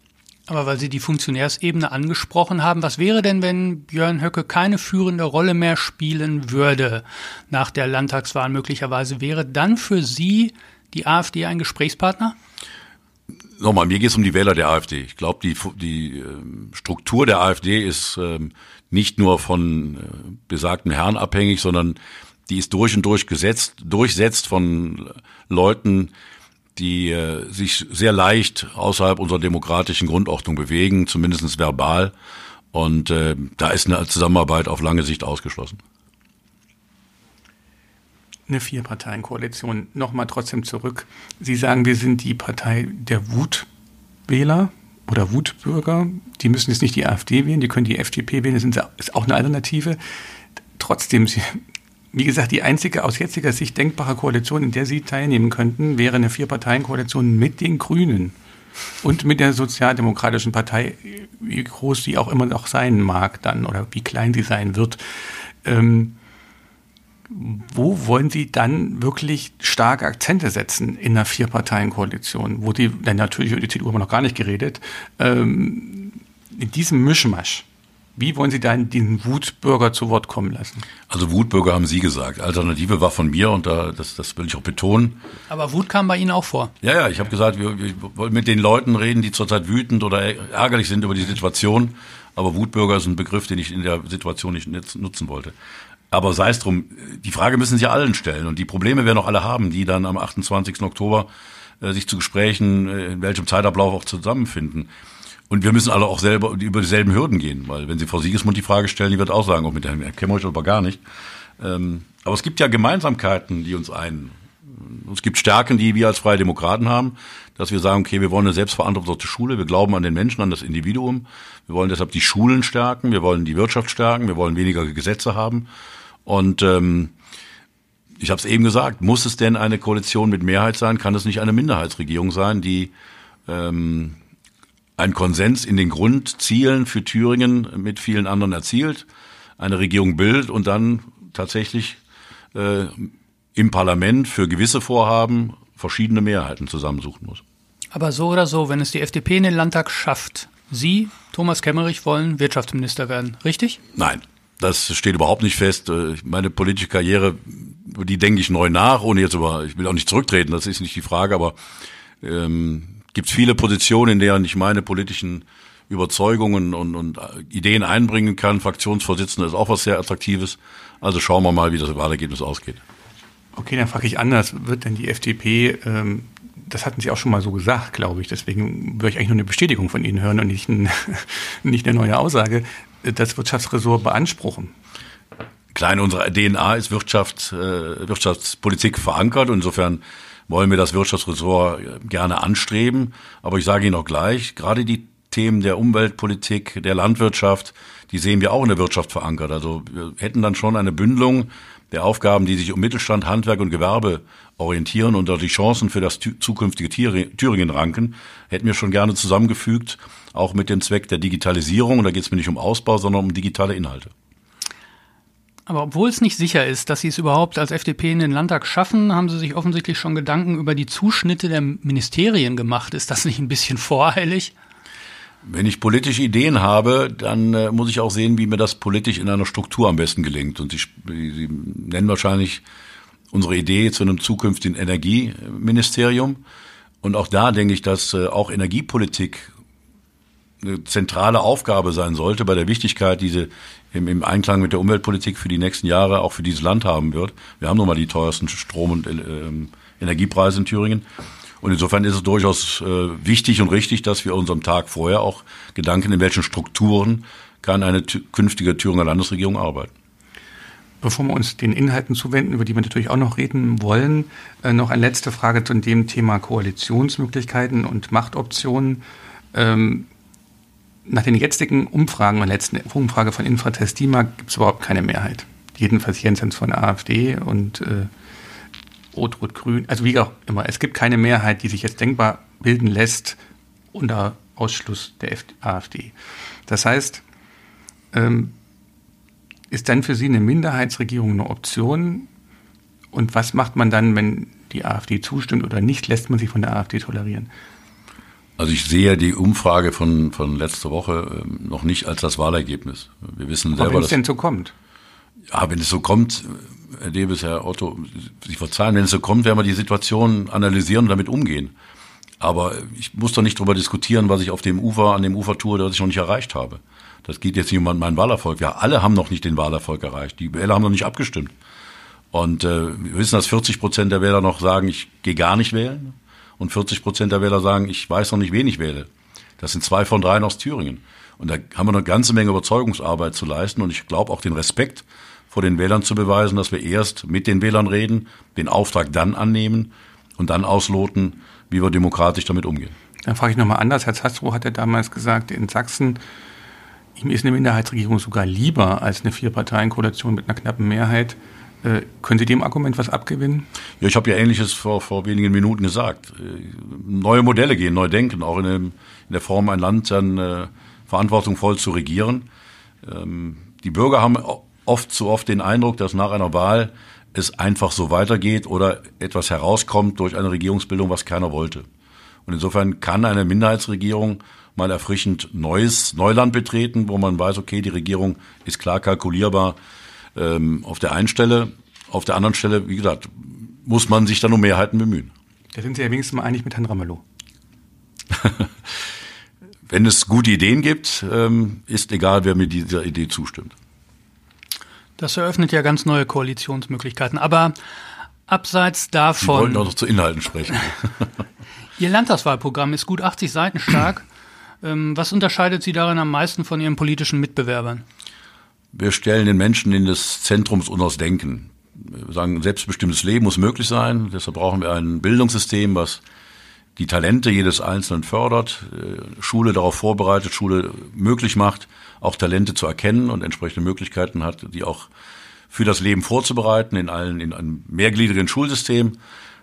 Aber weil Sie die Funktionärsebene angesprochen haben, was wäre denn, wenn Björn Höcke keine führende Rolle mehr spielen würde nach der Landtagswahl möglicherweise? Wäre dann für Sie die AfD ein Gesprächspartner? Nochmal, mir geht es um die Wähler der AfD. Ich glaube, die, die äh, Struktur der AfD ist äh, nicht nur von äh, besagten Herren abhängig, sondern die ist durch und durch gesetzt, durchsetzt von Leuten, die äh, sich sehr leicht außerhalb unserer demokratischen Grundordnung bewegen, zumindest verbal. Und äh, da ist eine Zusammenarbeit auf lange Sicht ausgeschlossen. Eine Vier-Parteien-Koalition. Nochmal trotzdem zurück. Sie sagen, wir sind die Partei der Wutwähler oder Wutbürger. Die müssen jetzt nicht die AfD wählen, die können die F D P wählen. Das ist auch eine Alternative. Trotzdem, Sie, wie gesagt, die einzige aus jetziger Sicht denkbare Koalition, in der Sie teilnehmen könnten, wäre eine Vier-Parteien-Koalition mit den Grünen und mit der Sozialdemokratischen Partei, wie groß die auch immer noch sein mag dann oder wie klein sie sein wird. Ähm, wo wollen Sie dann wirklich starke Akzente setzen in einer Vier-Parteien-Koalition, wo die, dann natürlich über die C D U haben wir noch gar nicht geredet, ähm, in diesem Mischmasch? Wie wollen Sie dann den Wutbürger zu Wort kommen lassen? Also Wutbürger haben Sie gesagt. Alternative war von mir und da, das, das will ich auch betonen. Aber Wut kam bei Ihnen auch vor. Ja, ja, ich habe gesagt, wir, wir wollen mit den Leuten reden, die zurzeit wütend oder ärgerlich sind über die Situation. Aber Wutbürger ist ein Begriff, den ich in der Situation nicht nutzen wollte. Aber sei es drum, die Frage müssen Sie allen stellen und die Probleme werden auch alle haben, die dann am achtundzwanzigsten Oktober äh, sich zu Gesprächen, äh, in welchem Zeitablauf auch zusammenfinden. Und wir müssen alle auch selber über dieselben Hürden gehen, weil wenn Sie Frau Siegesmund die Frage stellen, die wird auch sagen, ob mit Herrn Kemmerich oder gar nicht. Ähm, aber es gibt ja Gemeinsamkeiten, die uns einen. Es gibt Stärken, die wir als Freie Demokraten haben, dass wir sagen, okay, wir wollen eine selbstverantwortete Schule, wir glauben an den Menschen, an das Individuum. Wir wollen deshalb die Schulen stärken, wir wollen die Wirtschaft stärken, wir wollen weniger Gesetze haben. Und ähm, ich habe es eben gesagt, muss es denn eine Koalition mit Mehrheit sein? Kann es nicht eine Minderheitsregierung sein, die ähm, einen Konsens in den Grundzielen für Thüringen mit vielen anderen erzielt, eine Regierung bildet und dann tatsächlich äh, im Parlament für gewisse Vorhaben verschiedene Mehrheiten zusammensuchen muss. Aber so oder so, wenn es die F D P in den Landtag schafft, Sie, Thomas Kemmerich, wollen Wirtschaftsminister werden, richtig? Nein. Das steht überhaupt nicht fest. Meine politische Karriere, über die denke ich neu nach, ohne jetzt über, ich will auch nicht zurücktreten, das ist nicht die Frage, aber ähm, gibt es viele Positionen, in denen ich meine politischen Überzeugungen und, und Ideen einbringen kann. Fraktionsvorsitzender ist auch was sehr Attraktives. Also schauen wir mal, wie das Wahlergebnis ausgeht. Okay, dann frage ich anders. Wird denn die F D P, ähm, das hatten Sie auch schon mal so gesagt, glaube ich, deswegen würde ich eigentlich nur eine Bestätigung von Ihnen hören und nicht, ein, nicht eine neue Aussage, das Wirtschaftsressort beanspruchen? Klar, in unserer D N A ist Wirtschaft, äh, Wirtschaftspolitik verankert. Insofern wollen wir das Wirtschaftsressort gerne anstreben. Aber ich sage Ihnen auch gleich, gerade die Themen der Umweltpolitik, der Landwirtschaft, die sehen wir auch in der Wirtschaft verankert. Also wir hätten dann schon eine Bündelung der Aufgaben, die sich um Mittelstand, Handwerk und Gewerbe orientieren und die Chancen für das zukünftige Thüringen ranken, hätten wir schon gerne zusammengefügt, auch mit dem Zweck der Digitalisierung. Und da geht es mir nicht um Ausbau, sondern um digitale Inhalte. Aber obwohl es nicht sicher ist, dass Sie es überhaupt als F D P in den Landtag schaffen, haben Sie sich offensichtlich schon Gedanken über die Zuschnitte der Ministerien gemacht. Ist das nicht ein bisschen voreilig? Wenn ich politische Ideen habe, dann äh, muss ich auch sehen, wie mir das politisch in einer Struktur am besten gelingt. Und Sie, Sie nennen wahrscheinlich unsere Idee zu einem zukünftigen Energieministerium. Und auch da denke ich, dass äh, auch Energiepolitik eine zentrale Aufgabe sein sollte bei der Wichtigkeit, die sie im, im Einklang mit der Umweltpolitik für die nächsten Jahre auch für dieses Land haben wird. Wir haben nun mal die teuersten Strom- und äh, Energiepreise in Thüringen. Und insofern ist es durchaus äh, wichtig und richtig, dass wir unserem Tag vorher auch Gedanken, in welchen Strukturen kann eine t- künftige Thüringer Landesregierung arbeiten. Bevor wir uns den Inhalten zuwenden, über die wir natürlich auch noch reden wollen, äh, noch eine letzte Frage zu dem Thema Koalitionsmöglichkeiten und Machtoptionen. Ähm, nach den jetzigen Umfragen, der letzten Umfrage von Infratest DIMAG, gibt es überhaupt keine Mehrheit. Jedenfalls Jensens von der AfD und äh, Rot-Rot-Grün, also wie auch immer. Es gibt keine Mehrheit, die sich jetzt denkbar bilden lässt unter Ausschluss der AfD. Das heißt, ähm, ist dann für Sie eine Minderheitsregierung eine Option? Und was macht man dann, wenn die AfD zustimmt oder nicht? Lässt man sich von der AfD tolerieren? Also ich sehe die Umfrage von, von letzter Woche noch nicht als das Wahlergebnis. Wir wissen selber, aber wenn es denn so kommt? Ja, wenn es so kommt, Herr Debes, Herr Otto, Sie verzeihen, wenn es so kommt, werden wir die Situation analysieren und damit umgehen. Aber ich muss doch nicht darüber diskutieren, was ich auf dem Ufer, an dem Ufer tue, das ich noch nicht erreicht habe. Das geht jetzt nicht um meinen Wahlerfolg. Ja, alle haben noch nicht den Wahlerfolg erreicht. Die Wähler haben noch nicht abgestimmt. Und äh, wir wissen, dass vierzig Prozent der Wähler noch sagen, ich gehe gar nicht wählen. Und vierzig Prozent der Wähler sagen, ich weiß noch nicht, wen ich wähle. Das sind zwei von dreien aus Thüringen. Und da haben wir eine ganze Menge Überzeugungsarbeit zu leisten. Und ich glaube auch den Respekt vor den Wählern zu beweisen, dass wir erst mit den Wählern reden, den Auftrag dann annehmen und dann ausloten, wie wir demokratisch damit umgehen. Dann frage ich nochmal anders. Herr Zastrow hat ja damals gesagt, in Sachsen, ihm ist eine Minderheitsregierung sogar lieber als eine Vier-Parteien-Koalition mit einer knappen Mehrheit. Äh, können Sie dem Argument was abgewinnen? Ja, ich habe ja Ähnliches vor, vor wenigen Minuten gesagt. Äh, neue Modelle gehen, neu denken, auch in, dem, in der Form, ein Land dann äh, verantwortungsvoll zu regieren. Ähm, die Bürger haben oft zu oft den Eindruck, dass nach einer Wahl es einfach so weitergeht oder etwas herauskommt durch eine Regierungsbildung, was keiner wollte. Und insofern kann eine Minderheitsregierung mal erfrischend neues Neuland betreten, wo man weiß, okay, die Regierung ist klar kalkulierbar, Ähm, auf der einen Stelle, auf der anderen Stelle, wie gesagt, muss man sich dann um Mehrheiten bemühen. Da sind Sie ja wenigstens mal einig mit Herrn Ramelow. Wenn es gute Ideen gibt, ähm, ist egal, wer mir dieser Idee zustimmt. Das eröffnet ja ganz neue Koalitionsmöglichkeiten. Aber abseits davon... Sie wollten auch noch zu Inhalten sprechen. Ihr Landtagswahlprogramm ist gut achtzig Seiten stark. ähm, was unterscheidet Sie darin am meisten von Ihren politischen Mitbewerbern? Wir stellen den Menschen in das Zentrum unseres Denken. Wir sagen, ein selbstbestimmtes Leben muss möglich sein. Deshalb brauchen wir ein Bildungssystem, was die Talente jedes Einzelnen fördert, Schule darauf vorbereitet, Schule möglich macht, auch Talente zu erkennen und entsprechende Möglichkeiten hat, die auch für das Leben vorzubereiten in allen, in einem mehrgliedrigen Schulsystem.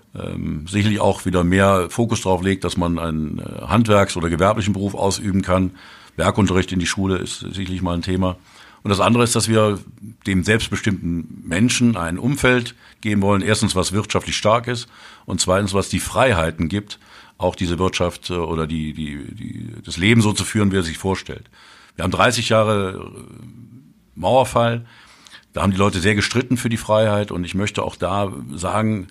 Ähm, sicherlich auch wieder mehr Fokus darauf legt, dass man einen Handwerks- oder gewerblichen Beruf ausüben kann. Werkunterricht in die Schule ist sicherlich mal ein Thema. Und das andere ist, dass wir dem selbstbestimmten Menschen ein Umfeld geben wollen. Erstens, was wirtschaftlich stark ist und zweitens, was die Freiheiten gibt, auch diese Wirtschaft oder die, die, die, das Leben so zu führen, wie er sich vorstellt. Wir haben dreißig Jahre Mauerfall. Da haben die Leute sehr gestritten für die Freiheit und ich möchte auch da sagen,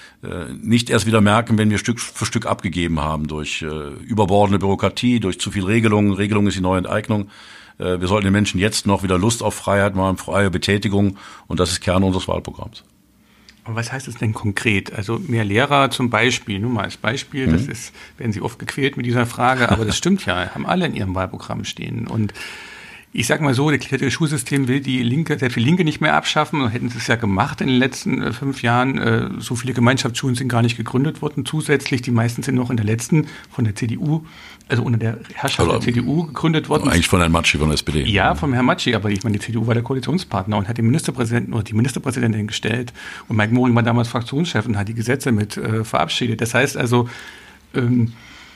nicht erst wieder merken, wenn wir Stück für Stück abgegeben haben durch überbordene Bürokratie, durch zu viel Regelungen. Regelung ist die neue Enteignung. Wir sollten den Menschen jetzt noch wieder Lust auf Freiheit machen, freie Betätigung und das ist Kern unseres Wahlprogramms. Und was heißt es denn konkret? Also mehr Lehrer zum Beispiel, nur mal als Beispiel, mhm. das ist, werden Sie oft gequält mit dieser Frage, aber das stimmt ja, haben alle in ihrem Wahlprogramm stehen. Und ich sag mal so, das Schulsystem will die Linke, selbst die Linke nicht mehr abschaffen. Hätten sie es ja gemacht in den letzten äh, fünf Jahren. Äh, so viele Gemeinschaftsschulen sind gar nicht gegründet worden. Zusätzlich, die meisten sind noch in der letzten von der C D U, also unter der Herrschaft also, der C D U gegründet worden. Eigentlich von Herrn Matschi von der S P D. Ja, von Herrn Matschi, aber ich meine, die C D U war der Koalitionspartner und hat den Ministerpräsidenten oder die Ministerpräsidentin gestellt. Und Mike Moring war damals Fraktionschef und hat die Gesetze mit äh, verabschiedet. Das heißt also, ähm,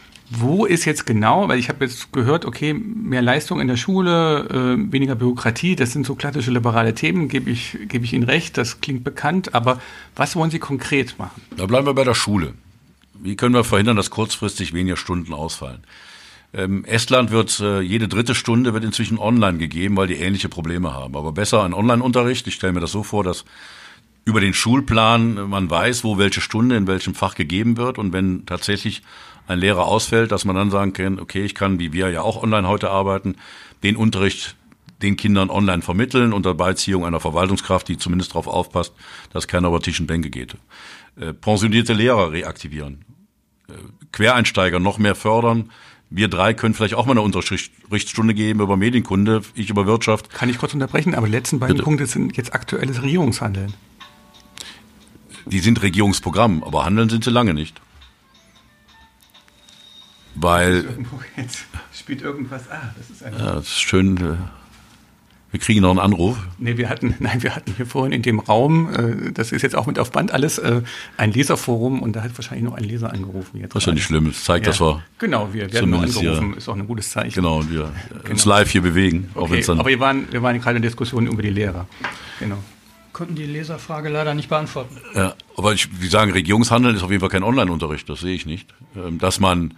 wo ist jetzt genau, weil ich habe jetzt gehört, okay, mehr Leistung in der Schule, äh, weniger Bürokratie, das sind so klassische liberale Themen, gebe ich, gebe ich Ihnen recht, das klingt bekannt, aber was wollen Sie konkret machen? Da bleiben wir bei der Schule. Wie können wir verhindern, dass kurzfristig weniger Stunden ausfallen? Ähm, Estland wird, äh, jede dritte Stunde wird inzwischen online gegeben, weil die ähnliche Probleme haben. Aber besser ein Online-Unterricht, ich stelle mir das so vor, dass über den Schulplan man weiß, wo welche Stunde in welchem Fach gegeben wird und wenn tatsächlich ein Lehrer ausfällt, dass man dann sagen kann, okay, ich kann, wie wir ja auch online heute arbeiten, den Unterricht den Kindern online vermitteln unter Beiziehung einer Verwaltungskraft, die zumindest darauf aufpasst, dass keiner über Tisch und Bänke geht. Äh, pensionierte Lehrer reaktivieren, äh, Quereinsteiger noch mehr fördern. Wir drei können vielleicht auch mal eine Unterrichtsstunde geben über Medienkunde, ich über Wirtschaft. Kann ich kurz unterbrechen, aber die letzten beiden Bitte. Punkte sind jetzt aktuelles Regierungshandeln. Die sind Regierungsprogramm, aber handeln sind sie lange nicht. Weil jetzt spielt irgendwas. Ah, das ist ein. Ja, das ist schön. Wir kriegen noch einen Anruf. Nee, wir hatten, nein, wir hatten hier vorhin in dem Raum, das ist jetzt auch mit auf Band alles, ein Leserforum und da hat wahrscheinlich noch ein Leser angerufen. Jetzt das ist ja nicht schlimm. Das zeigt, ja. dass wir. Genau, wir werden noch angerufen. Ist auch ein gutes Zeichen. Genau, und wir genau. uns live hier bewegen. Okay, auch dann aber wir waren, wir waren gerade in Diskussionen über die Lehrer. Genau. Konnten die Leserfrage leider nicht beantworten. Ja, aber ich, wie sagen, Regierungshandeln ist auf jeden Fall kein Online-Unterricht. Das sehe ich nicht. Dass man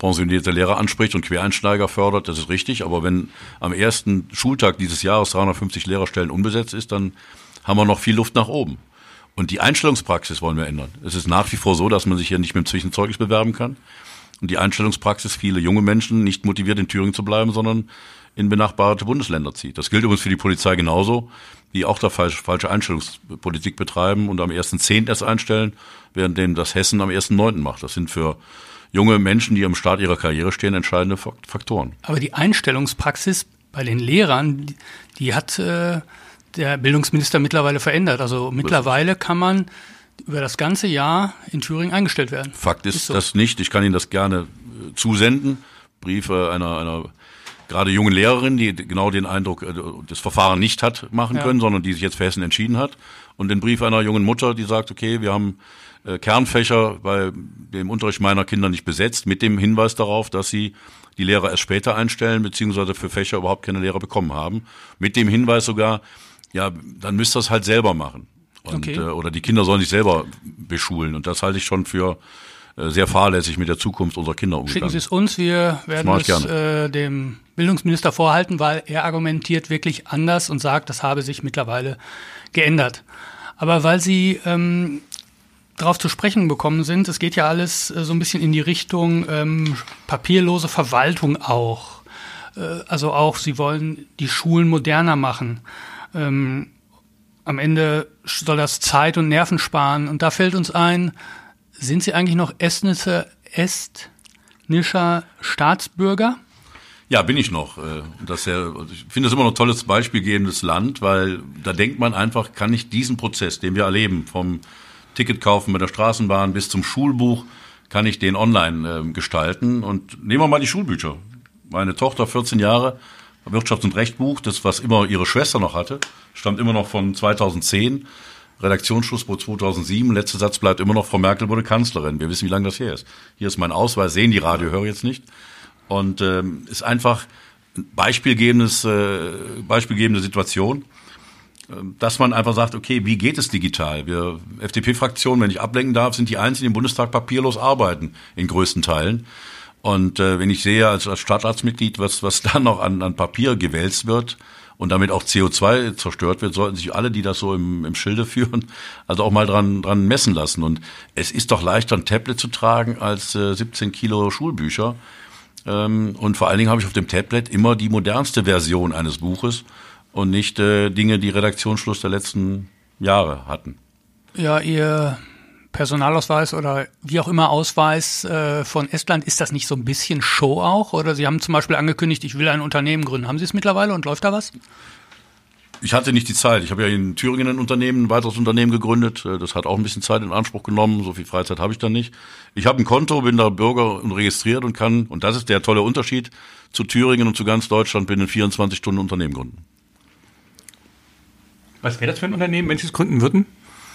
pensionierte Lehrer anspricht und Quereinsteiger fördert, das ist richtig. Aber wenn am ersten Schultag dieses Jahres dreihundertfünfzig Lehrerstellen unbesetzt ist, dann haben wir noch viel Luft nach oben. Und die Einstellungspraxis wollen wir ändern. Es ist nach wie vor so, dass man sich hier nicht mit dem Zwischenzeugnis bewerben kann. Und die Einstellungspraxis viele junge Menschen nicht motiviert, in Thüringen zu bleiben, sondern in benachbarte Bundesländer zieht. Das gilt übrigens für die Polizei genauso, die auch da falsch, falsche Einstellungspolitik betreiben und am ersten zehnten erst einstellen, währenddem das Hessen am ersten neunten macht. Das sind für junge Menschen, die am Start ihrer Karriere stehen, entscheidende Faktoren. Aber die Einstellungspraxis bei den Lehrern, die hat äh, der Bildungsminister mittlerweile verändert. Also mittlerweile kann man über das ganze Jahr in Thüringen eingestellt werden. Fakt ist, ist so. Das nicht. Ich kann Ihnen das gerne zusenden. Briefe einer, einer gerade jungen Lehrerin, die genau den Eindruck, das Verfahren nicht hat machen können, ja. sondern die sich jetzt für Hessen entschieden hat. Und den Brief einer jungen Mutter, die sagt, okay, wir haben äh, Kernfächer bei dem Unterricht meiner Kinder nicht besetzt, mit dem Hinweis darauf, dass sie die Lehrer erst später einstellen, beziehungsweise für Fächer überhaupt keine Lehrer bekommen haben. Mit dem Hinweis sogar, ja, dann müsst ihr es halt selber machen. Und, okay. äh, oder die Kinder sollen sich selber beschulen. Und das halte ich schon für äh, sehr fahrlässig mit der Zukunft unserer Kinder umgegangen. Schicken Sie es uns, wir werden es äh, dem Bildungsminister vorhalten, weil er argumentiert wirklich anders und sagt, das habe sich mittlerweile geändert. Aber weil Sie ähm, darauf zu sprechen bekommen sind, es geht ja alles äh, so ein bisschen in die Richtung ähm, papierlose Verwaltung auch. Äh, also auch, Sie wollen die Schulen moderner machen. Ähm, am Ende soll das Zeit und Nerven sparen. Und da fällt uns ein, sind Sie eigentlich noch estnischer, estnischer Staatsbürger? Ja, bin ich noch. Das ja, ich finde das immer noch ein tolles beispielgebendes Land, weil da denkt man einfach, kann ich diesen Prozess, den wir erleben, vom Ticket kaufen mit der Straßenbahn bis zum Schulbuch, kann ich den online äh, gestalten. Und nehmen wir mal die Schulbücher. Meine Tochter, vierzehn Jahre, Wirtschafts- und Rechtbuch, das, was immer ihre Schwester noch hatte, stammt immer noch von zweitausendzehn. Redaktionsschluss wurde zweitausendsieben. Letzter Satz bleibt immer noch, Frau Merkel wurde Kanzlerin. Wir wissen, wie lange das her ist. Hier ist mein Ausweis, sehen die Radiohörer jetzt nicht. Und ähm, ist einfach ein beispielgebendes, äh, beispielgebende Situation, äh, dass man einfach sagt, okay, wie geht es digital? Wir, F D P-Fraktion, wenn ich ablenken darf, sind die einzigen, die im Bundestag papierlos arbeiten, in größten Teilen. Und äh, wenn ich sehe als, als Stadtratsmitglied, was, was da noch an, an Papier gewälzt wird und damit auch C O zwei zerstört wird, sollten sich alle, die das so im, im Schilde führen, also auch mal dran, dran messen lassen. Und es ist doch leichter, ein Tablet zu tragen als äh, siebzehn Kilo Schulbücher. Ähm, und vor allen Dingen habe ich auf dem Tablet immer die modernste Version eines Buches und nicht äh, Dinge, die Redaktionsschluss der letzten Jahre hatten. Ja, Ihr Personalausweis oder wie auch immer Ausweis äh, von Estland, ist das nicht so ein bisschen Show auch? Oder Sie haben zum Beispiel angekündigt, ich will ein Unternehmen gründen. Haben Sie es mittlerweile und läuft da was? Ich hatte nicht die Zeit. Ich habe ja in Thüringen ein Unternehmen, ein weiteres Unternehmen gegründet. Das hat auch ein bisschen Zeit in Anspruch genommen. So viel Freizeit habe ich dann nicht. Ich habe ein Konto, bin da Bürger und registriert und kann, und das ist der tolle Unterschied zu Thüringen und zu ganz Deutschland, binnen vierundzwanzig Stunden ein Unternehmen gründen. Was wäre das für ein Unternehmen, wenn Sie es gründen würden?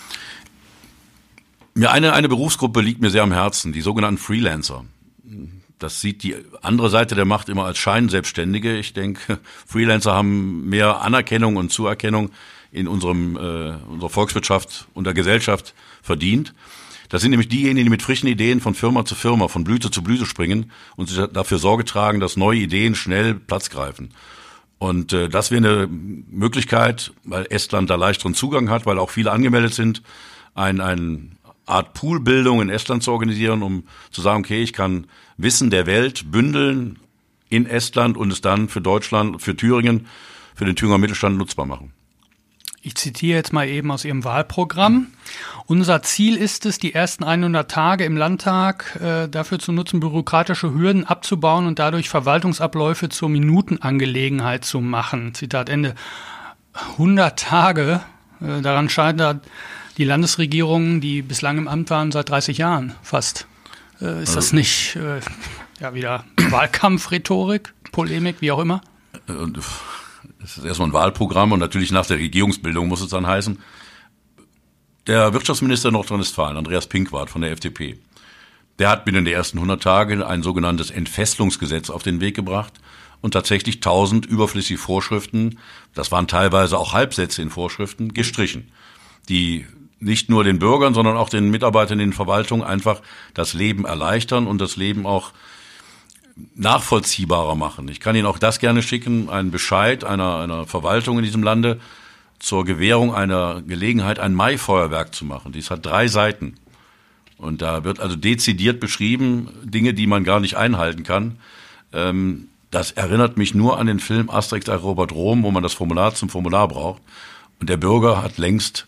Mir eine, eine Berufsgruppe liegt mir sehr am Herzen, die sogenannten Freelancer. Das sieht die andere Seite der Macht immer als Scheinselbstständige. Ich denke, Freelancer haben mehr Anerkennung und Zuerkennung in unserem, äh, unserer Volkswirtschaft und der Gesellschaft verdient. Das sind nämlich diejenigen, die mit frischen Ideen von Firma zu Firma, von Blüte zu Blüte springen und sich dafür Sorge tragen, dass neue Ideen schnell Platz greifen. Und äh, das wäre eine Möglichkeit, weil Estland da leichteren Zugang hat, weil auch viele angemeldet sind, ein, ein Art Poolbildung in Estland zu organisieren, um zu sagen, okay, ich kann Wissen der Welt bündeln in Estland und es dann für Deutschland, für Thüringen, für den Thüringer Mittelstand nutzbar machen. Ich zitiere jetzt mal eben aus Ihrem Wahlprogramm. Unser Ziel ist es, die ersten hundert Tage im Landtag äh, dafür zu nutzen, bürokratische Hürden abzubauen und dadurch Verwaltungsabläufe zur Minutenangelegenheit zu machen. Zitat Ende. hundert Tage, äh, daran scheitert die Landesregierung, die bislang im Amt waren, seit dreißig Jahren fast. Äh, ist also, das nicht äh, ja wieder Wahlkampfrhetorik, Polemik, wie auch immer? Es ist erstmal ein Wahlprogramm und natürlich nach der Regierungsbildung muss es dann heißen. Der Wirtschaftsminister Nordrhein-Westfalen, Andreas Pinkwart von der F D P, der hat binnen der ersten hundert Tage ein sogenanntes Entfesselungsgesetz auf den Weg gebracht und tatsächlich tausend überflüssige Vorschriften, das waren teilweise auch Halbsätze in Vorschriften, gestrichen, die nicht nur den Bürgern, sondern auch den Mitarbeitern in den Verwaltungen einfach das Leben erleichtern und das Leben auch nachvollziehbarer machen. Ich kann Ihnen auch das gerne schicken, einen Bescheid einer, einer Verwaltung in diesem Lande zur Gewährung einer Gelegenheit, ein Maifeuerwerk zu machen. Dies hat drei Seiten. Und da wird also dezidiert beschrieben, Dinge, die man gar nicht einhalten kann. Ähm, das erinnert mich nur an den Film Asterix erobert Rom, wo man das Formular zum Formular braucht. Und der Bürger hat längst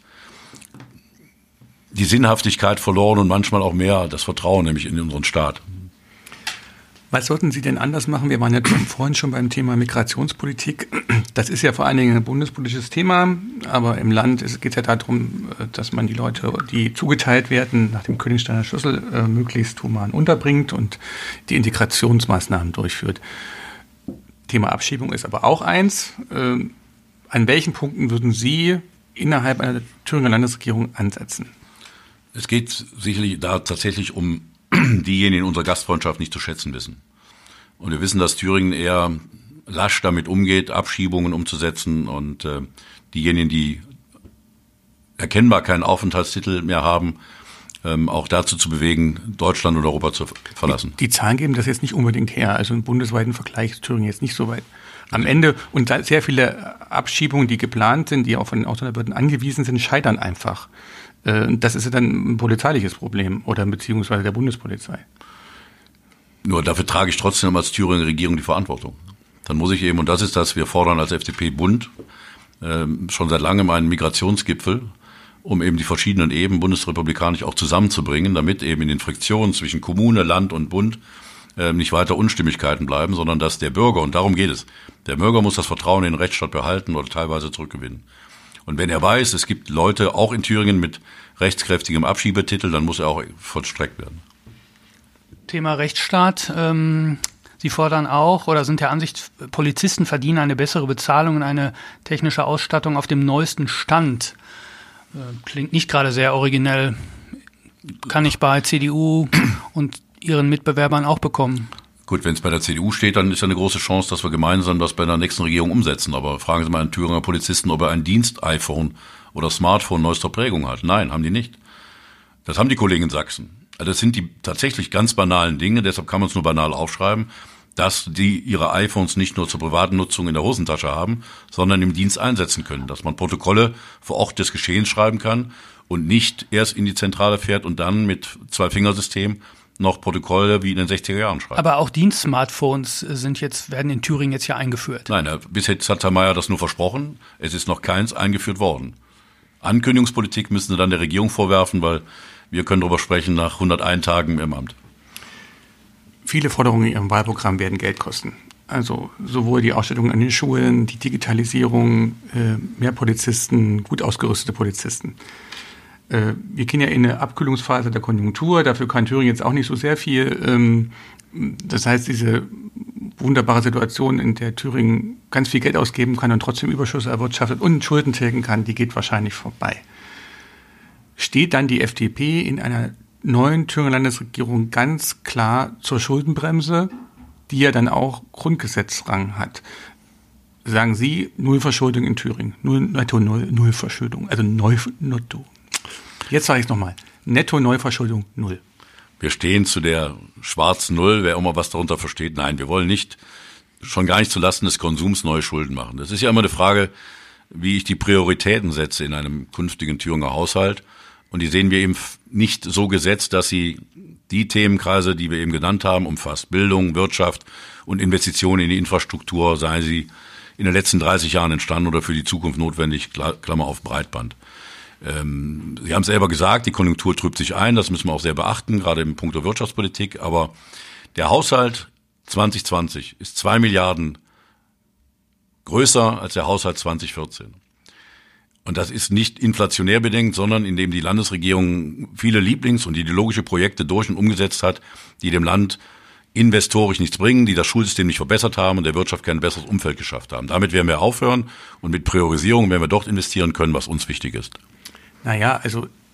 die Sinnhaftigkeit verloren und manchmal auch mehr das Vertrauen, nämlich in unseren Staat. Was sollten Sie denn anders machen? Wir waren ja vorhin schon beim Thema Migrationspolitik. Das ist ja vor allen Dingen ein bundespolitisches Thema, aber im Land geht es ja darum, dass man die Leute, die zugeteilt werden, nach dem Königsteiner Schlüssel äh, möglichst human unterbringt und die Integrationsmaßnahmen durchführt. Thema Abschiebung ist aber auch eins. Äh, an welchen Punkten würden Sie innerhalb einer Thüringer Landesregierung ansetzen? Es geht sicherlich da tatsächlich um diejenigen in unserer Gastfreundschaft nicht zu schätzen wissen. Und wir wissen, dass Thüringen eher lasch damit umgeht, Abschiebungen umzusetzen und äh, diejenigen, die erkennbar keinen Aufenthaltstitel mehr haben, ähm, auch dazu zu bewegen, Deutschland und Europa zu verlassen. Die, die Zahlen geben das jetzt nicht unbedingt her. Also im bundesweiten Vergleich ist Thüringen jetzt nicht so weit. Am Ende, und da sehr viele Abschiebungen, die geplant sind, die auch von den Ausländerbehörden angewiesen sind, scheitern einfach. Das ist ja dann ein polizeiliches Problem oder beziehungsweise der Bundespolizei. Nur dafür trage ich trotzdem als Thüringer Regierung die Verantwortung. Dann muss ich eben, und das ist das, wir fordern als F D P-Bund äh, schon seit langem einen Migrationsgipfel, um eben die verschiedenen Ebenen bundesrepublikanisch auch zusammenzubringen, damit eben in den Friktionen zwischen Kommune, Land und Bund äh, nicht weiter Unstimmigkeiten bleiben, sondern dass der Bürger, und darum geht es, der Bürger muss das Vertrauen in den Rechtsstaat behalten oder teilweise zurückgewinnen. Und wenn er weiß, es gibt Leute auch in Thüringen mit rechtskräftigem Abschiebetitel, dann muss er auch vollstreckt werden. Thema Rechtsstaat. Ähm, Sie fordern auch oder sind der Ansicht, Polizisten verdienen eine bessere Bezahlung und eine technische Ausstattung auf dem neuesten Stand. Äh, klingt nicht gerade sehr originell. Kann ich bei C D U und ihren Mitbewerbern auch bekommen. Gut, wenn es bei der C D U steht, dann ist ja eine große Chance, dass wir gemeinsam das bei der nächsten Regierung umsetzen. Aber fragen Sie mal einen Thüringer Polizisten, ob er ein Dienst-iPhone oder Smartphone neuester Prägung hat. Nein, haben die nicht. Das haben die Kollegen in Sachsen. Also das sind die tatsächlich ganz banalen Dinge, deshalb kann man es nur banal aufschreiben, dass die ihre iPhones nicht nur zur privaten Nutzung in der Hosentasche haben, sondern im Dienst einsetzen können. Dass man Protokolle vor Ort des Geschehens schreiben kann und nicht erst in die Zentrale fährt und dann mit Zwei-Fingersystem noch Protokolle wie in den sechziger Jahren schreibt. Aber auch Dienstsmartphones sind jetzt, werden in Thüringen jetzt ja eingeführt. Nein, bis jetzt hat Herr Mayer das nur versprochen. Es ist noch keins eingeführt worden. Ankündigungspolitik müssen Sie dann der Regierung vorwerfen, weil wir können darüber sprechen nach hundertein Tagen im Amt. Viele Forderungen in Ihrem Wahlprogramm werden Geld kosten. Also sowohl die Ausstattung an den Schulen, die Digitalisierung, mehr Polizisten, gut ausgerüstete Polizisten. Wir gehen ja in eine Abkühlungsphase der Konjunktur, dafür kann Thüringen jetzt auch nicht so sehr viel. Das heißt, diese wunderbare Situation, in der Thüringen ganz viel Geld ausgeben kann und trotzdem Überschüsse erwirtschaftet und Schulden tilgen kann, die geht wahrscheinlich vorbei. Steht dann die F D P in einer neuen Thüringer Landesregierung ganz klar zur Schuldenbremse, die ja dann auch Grundgesetzrang hat? Sagen Sie, null Verschuldung in Thüringen, null, netto null, null Verschuldung, also neu, netto. Jetzt sage ich es nochmal. Netto-Neuverschuldung null. Wir stehen zu der schwarzen Null, wer immer was darunter versteht. Nein, wir wollen nicht, schon gar nicht zulasten des Konsums neue Schulden machen. Das ist ja immer eine Frage, wie ich die Prioritäten setze in einem künftigen Thüringer Haushalt. Und die sehen wir eben nicht so gesetzt, dass sie die Themenkreise, die wir eben genannt haben, umfasst. Bildung, Wirtschaft und Investitionen in die Infrastruktur, sei sie in den letzten dreißig Jahren entstanden oder für die Zukunft notwendig, Klammer auf Breitband. Ähm, Sie haben es selber gesagt, die Konjunktur trübt sich ein, das müssen wir auch sehr beachten, gerade im Punkt der Wirtschaftspolitik. Aber der Haushalt zwanzig zwanzig ist zwei Milliarden größer als der Haushalt zwanzig vierzehn. Und das ist nicht inflationär bedingt, sondern indem die Landesregierung viele Lieblings- und ideologische Projekte durch und umgesetzt hat, die dem Land investorisch nichts bringen, die das Schulsystem nicht verbessert haben und der Wirtschaft kein besseres Umfeld geschafft haben. Damit werden wir aufhören und mit Priorisierung werden wir dort investieren können, was uns wichtig ist. Naja, also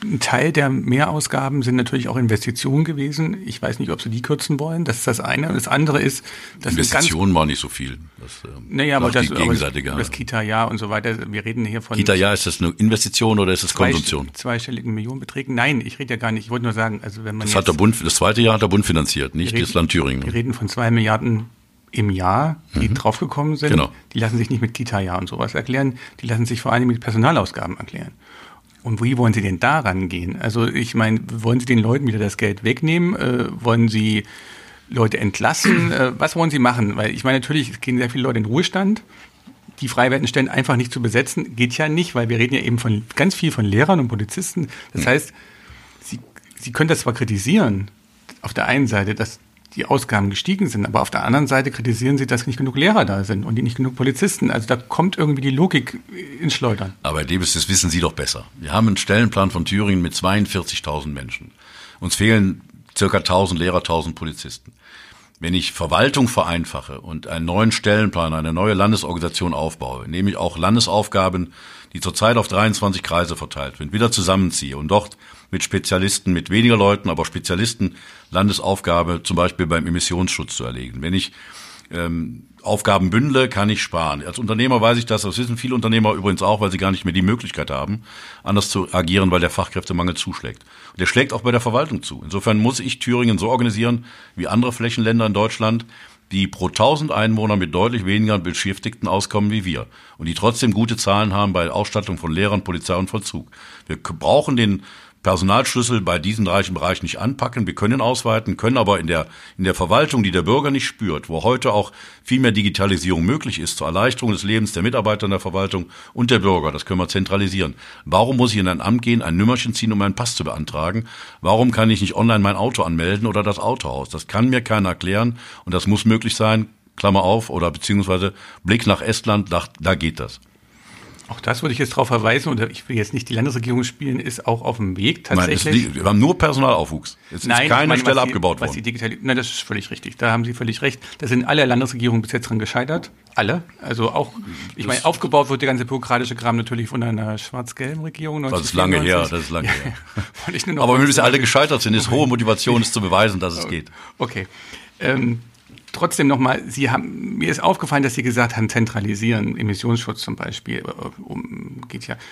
ein Teil der Mehrausgaben sind natürlich auch Investitionen gewesen. Ich weiß nicht, ob Sie die kürzen wollen. Das ist das eine. Das andere ist, dass Investitionen war nicht so viel. Das, ähm, naja, aber das, die gegenseitige aber das Kita-Jahr und so weiter. Wir reden hier von Kita-Jahr, ist das eine Investition oder ist das zwei, Konsumtion? Zweistelligen Millionenbeträgen. Nein, ich rede ja gar nicht. Ich wollte nur sagen, also wenn man das jetzt, hat der Bund, das zweite Jahr hat der Bund finanziert, nicht reden, das Land Thüringen. Wir reden von zwei Milliarden im Jahr, die mhm. draufgekommen sind. Genau. Die lassen sich nicht mit Kita-Jahr und sowas erklären. Die lassen sich vor allem mit Personalausgaben erklären. Und wie wollen Sie denn da rangehen? Also ich meine, wollen Sie den Leuten wieder das Geld wegnehmen? Äh, wollen Sie Leute entlassen? Äh, was wollen Sie machen? Weil ich meine, natürlich gehen sehr viele Leute in Ruhestand. Die frei werdenden Stellen einfach nicht zu besetzen, geht ja nicht, weil wir reden ja eben von ganz viel von Lehrern und Polizisten. Das heißt, Sie, Sie können das zwar kritisieren, auf der einen Seite, dass die Ausgaben gestiegen sind, aber auf der anderen Seite kritisieren Sie, dass nicht genug Lehrer da sind und nicht genug Polizisten. Also da kommt irgendwie die Logik ins Schleudern. Aber Herr Debes, das wissen Sie doch besser. Wir haben einen Stellenplan von Thüringen mit zweiundvierzigtausend Menschen. Uns fehlen circa tausend Lehrer, tausend Polizisten. Wenn ich Verwaltung vereinfache und einen neuen Stellenplan, eine neue Landesorganisation aufbaue, indem ich auch Landesaufgaben, die zurzeit auf dreiundzwanzig Kreise verteilt sind, wieder zusammenziehe und dort mit Spezialisten, mit weniger Leuten, aber Spezialisten Landesaufgabe zum Beispiel beim Emissionsschutz zu erledigen. Wenn ich ähm, Aufgaben bündle, kann ich sparen. Als Unternehmer weiß ich das, das wissen viele Unternehmer übrigens auch, weil sie gar nicht mehr die Möglichkeit haben, anders zu agieren, weil der Fachkräftemangel zuschlägt. Und der schlägt auch bei der Verwaltung zu. Insofern muss ich Thüringen so organisieren wie andere Flächenländer in Deutschland, die pro tausend Einwohner mit deutlich weniger Beschäftigten auskommen wie wir und die trotzdem gute Zahlen haben bei Ausstattung von Lehrern, Polizei und Vollzug. Wir brauchen den Personalschlüssel bei diesen reichen Bereichen nicht anpacken. Wir können ausweiten, können aber in der, in der Verwaltung, die der Bürger nicht spürt, wo heute auch viel mehr Digitalisierung möglich ist zur Erleichterung des Lebens der Mitarbeiter in der Verwaltung und der Bürger, das können wir zentralisieren. Warum muss ich in ein Amt gehen, ein Nümmerchen ziehen, um einen Pass zu beantragen? Warum kann ich nicht online mein Auto anmelden oder das Autohaus? Das kann mir keiner erklären und das muss möglich sein, Klammer auf, oder beziehungsweise Blick nach Estland, da, da geht das. Auch das würde ich jetzt darauf verweisen, und ich will jetzt nicht die Landesregierung spielen, ist auch auf dem Weg tatsächlich. Nein, liegt, wir haben nur Personalaufwuchs. Jetzt Nein, ist keine meine, Stelle die, abgebaut was worden. Die Digitali- Nein, das ist völlig richtig. Da haben Sie völlig recht. Da sind alle Landesregierungen bis jetzt dran gescheitert. Alle. Also auch, ich meine, aufgebaut wird der ganze bürokratische Kram natürlich von einer schwarz-gelben Regierung. Das ist lange her, das ist lange ja. her. Aber wenn wir alle gescheitert sind, ist hohe Motivation, es zu beweisen, dass es geht. Okay. Ähm, Trotzdem nochmal, Sie haben, mir ist aufgefallen, dass Sie gesagt haben, zentralisieren, Emissionsschutz zum Beispiel, um, geht ja.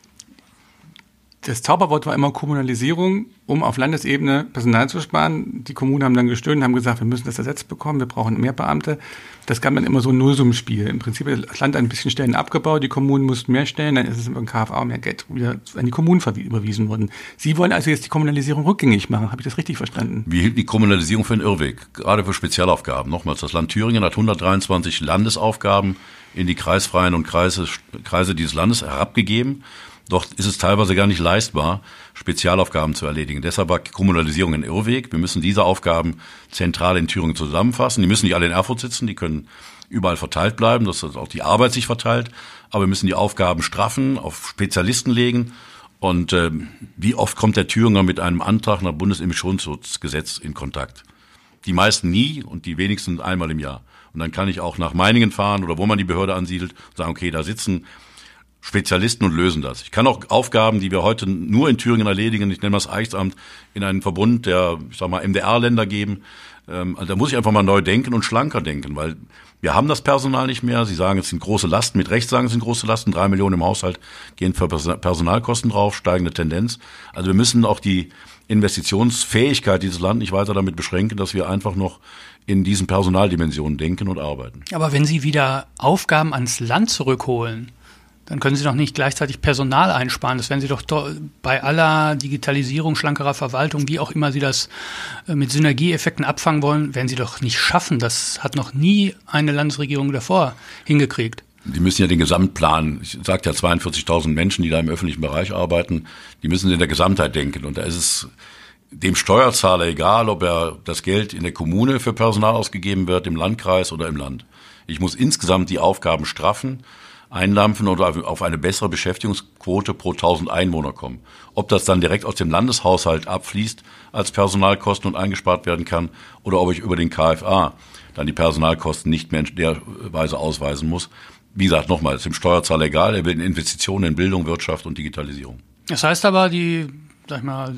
Das Zauberwort war immer Kommunalisierung, um auf Landesebene Personal zu sparen. Die Kommunen haben dann gestöhnt, haben gesagt, wir müssen das ersetzt bekommen, wir brauchen mehr Beamte. Das gab dann immer so ein Nullsummenspiel. Im Prinzip hat das Land ein bisschen Stellen abgebaut, die Kommunen mussten mehr stellen, dann ist es über den K F A mehr Geld wieder an die Kommunen überwiesen worden. Sie wollen also jetzt die Kommunalisierung rückgängig machen. Habe ich das richtig verstanden? Wir hielten die Kommunalisierung für einen Irrweg, gerade für Spezialaufgaben. Nochmals, das Land Thüringen hat hundertdreiundzwanzig Landesaufgaben in die kreisfreien und Kreise, Kreise dieses Landes herabgegeben. Doch ist es teilweise gar nicht leistbar, Spezialaufgaben zu erledigen. Deshalb war Kommunalisierung ein Irrweg. Wir müssen diese Aufgaben zentral in Thüringen zusammenfassen. Die müssen nicht alle in Erfurt sitzen, die können überall verteilt bleiben, dass auch die Arbeit sich verteilt. Aber wir müssen die Aufgaben straffen, auf Spezialisten legen. Und äh, wie oft kommt der Thüringer mit einem Antrag nach Bundesemissionsschutzgesetz in Kontakt? Die meisten nie und die wenigsten einmal im Jahr. Und dann kann ich auch nach Meiningen fahren oder wo man die Behörde ansiedelt und sagen, okay, da sitzen Spezialisten und lösen das. Ich kann auch Aufgaben, die wir heute nur in Thüringen erledigen, ich nenne das Eichsamt, in einen Verbund der, ich sag mal, M D R-Länder geben. Ähm, also da muss ich einfach mal neu denken und schlanker denken, weil wir haben das Personal nicht mehr. Sie sagen, es sind große Lasten. Mit Recht sagen, es sind große Lasten. Drei Millionen im Haushalt gehen für Personalkosten drauf, steigende Tendenz. Also wir müssen auch die Investitionsfähigkeit dieses Land nicht weiter damit beschränken, dass wir einfach noch in diesen Personaldimensionen denken und arbeiten. Aber wenn Sie wieder Aufgaben ans Land zurückholen, dann können Sie doch nicht gleichzeitig Personal einsparen. Das werden Sie doch bei aller Digitalisierung, schlankerer Verwaltung, wie auch immer Sie das mit Synergieeffekten abfangen wollen, werden Sie doch nicht schaffen. Das hat noch nie eine Landesregierung davor hingekriegt. Die müssen ja den Gesamtplan, ich sagte ja zweiundvierzigtausend Menschen, die da im öffentlichen Bereich arbeiten, die müssen in der Gesamtheit denken. Und da ist es dem Steuerzahler egal, ob er das Geld in der Kommune für Personal ausgegeben wird, im Landkreis oder im Land. Ich muss insgesamt die Aufgaben straffen, eindampfen oder auf eine bessere Beschäftigungsquote pro tausend Einwohner kommen. Ob das dann direkt aus dem Landeshaushalt abfließt als Personalkosten und eingespart werden kann oder ob ich über den K F A dann die Personalkosten nicht mehr in der Weise ausweisen muss. Wie gesagt, nochmal, ist dem Steuerzahler egal, er will Investitionen in Bildung, Wirtschaft und Digitalisierung. Das heißt aber, die sag ich mal,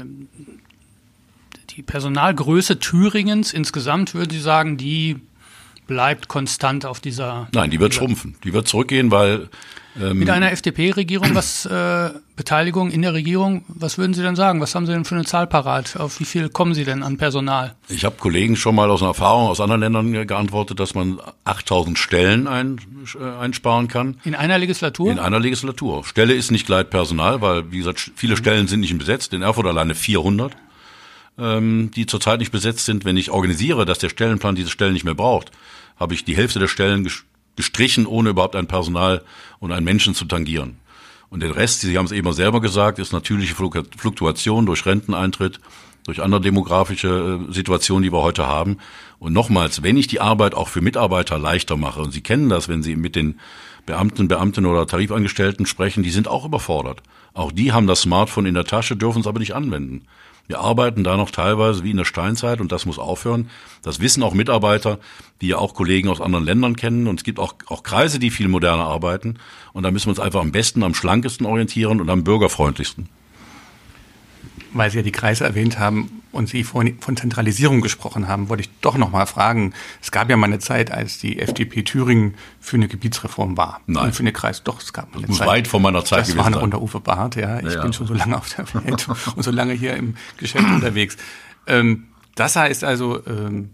die Personalgröße Thüringens insgesamt, würden Sie sagen, die bleibt konstant auf dieser... Nein, die wird schrumpfen. Die wird zurückgehen, weil... Ähm, mit einer F D P-Regierung, was äh, Beteiligung in der Regierung, was würden Sie denn sagen? Was haben Sie denn für eine Zahl parat? Auf wie viel kommen Sie denn an Personal? Ich habe Kollegen schon mal aus einer Erfahrung aus anderen Ländern geantwortet, dass man achttausend Stellen ein, äh, einsparen kann. In einer Legislatur? In einer Legislatur. Stelle ist nicht gleich Personal, weil, wie gesagt, viele Stellen sind nicht besetzt. In Erfurt alleine vierhundert, ähm, die zurzeit nicht besetzt sind. Wenn ich organisiere, dass der Stellenplan diese Stellen nicht mehr braucht, habe ich die Hälfte der Stellen gestrichen, ohne überhaupt ein Personal und einen Menschen zu tangieren. Und der Rest, Sie haben es eben selber gesagt, ist natürliche Fluktuation durch Renteneintritt, durch andere demografische Situationen, die wir heute haben. Und nochmals, wenn ich die Arbeit auch für Mitarbeiter leichter mache, und Sie kennen das, wenn Sie mit den Beamten, Beamten oder Tarifangestellten sprechen, die sind auch überfordert. Auch die haben das Smartphone in der Tasche, dürfen es aber nicht anwenden. Wir arbeiten da noch teilweise wie in der Steinzeit und das muss aufhören. Das wissen auch Mitarbeiter, die ja auch Kollegen aus anderen Ländern kennen. Und es gibt auch, auch Kreise, die viel moderner arbeiten. Und da müssen wir uns einfach am besten, am schlankesten orientieren und am bürgerfreundlichsten. Weil Sie ja die Kreise erwähnt haben und Sie vorhin von Zentralisierung gesprochen haben, wollte ich doch noch mal fragen. Es gab ja mal eine Zeit, als die F D P Thüringen für eine Gebietsreform war. Nein. Und für eine Kreis, doch, es gab mal eine das muss Zeit. weit vor meiner Zeit das gewesen war noch sein. unter Uwe Barth, ja. Ich ja, ja. bin schon so lange auf der Welt und so lange hier im Geschäft unterwegs. Ähm, das heißt also, ähm,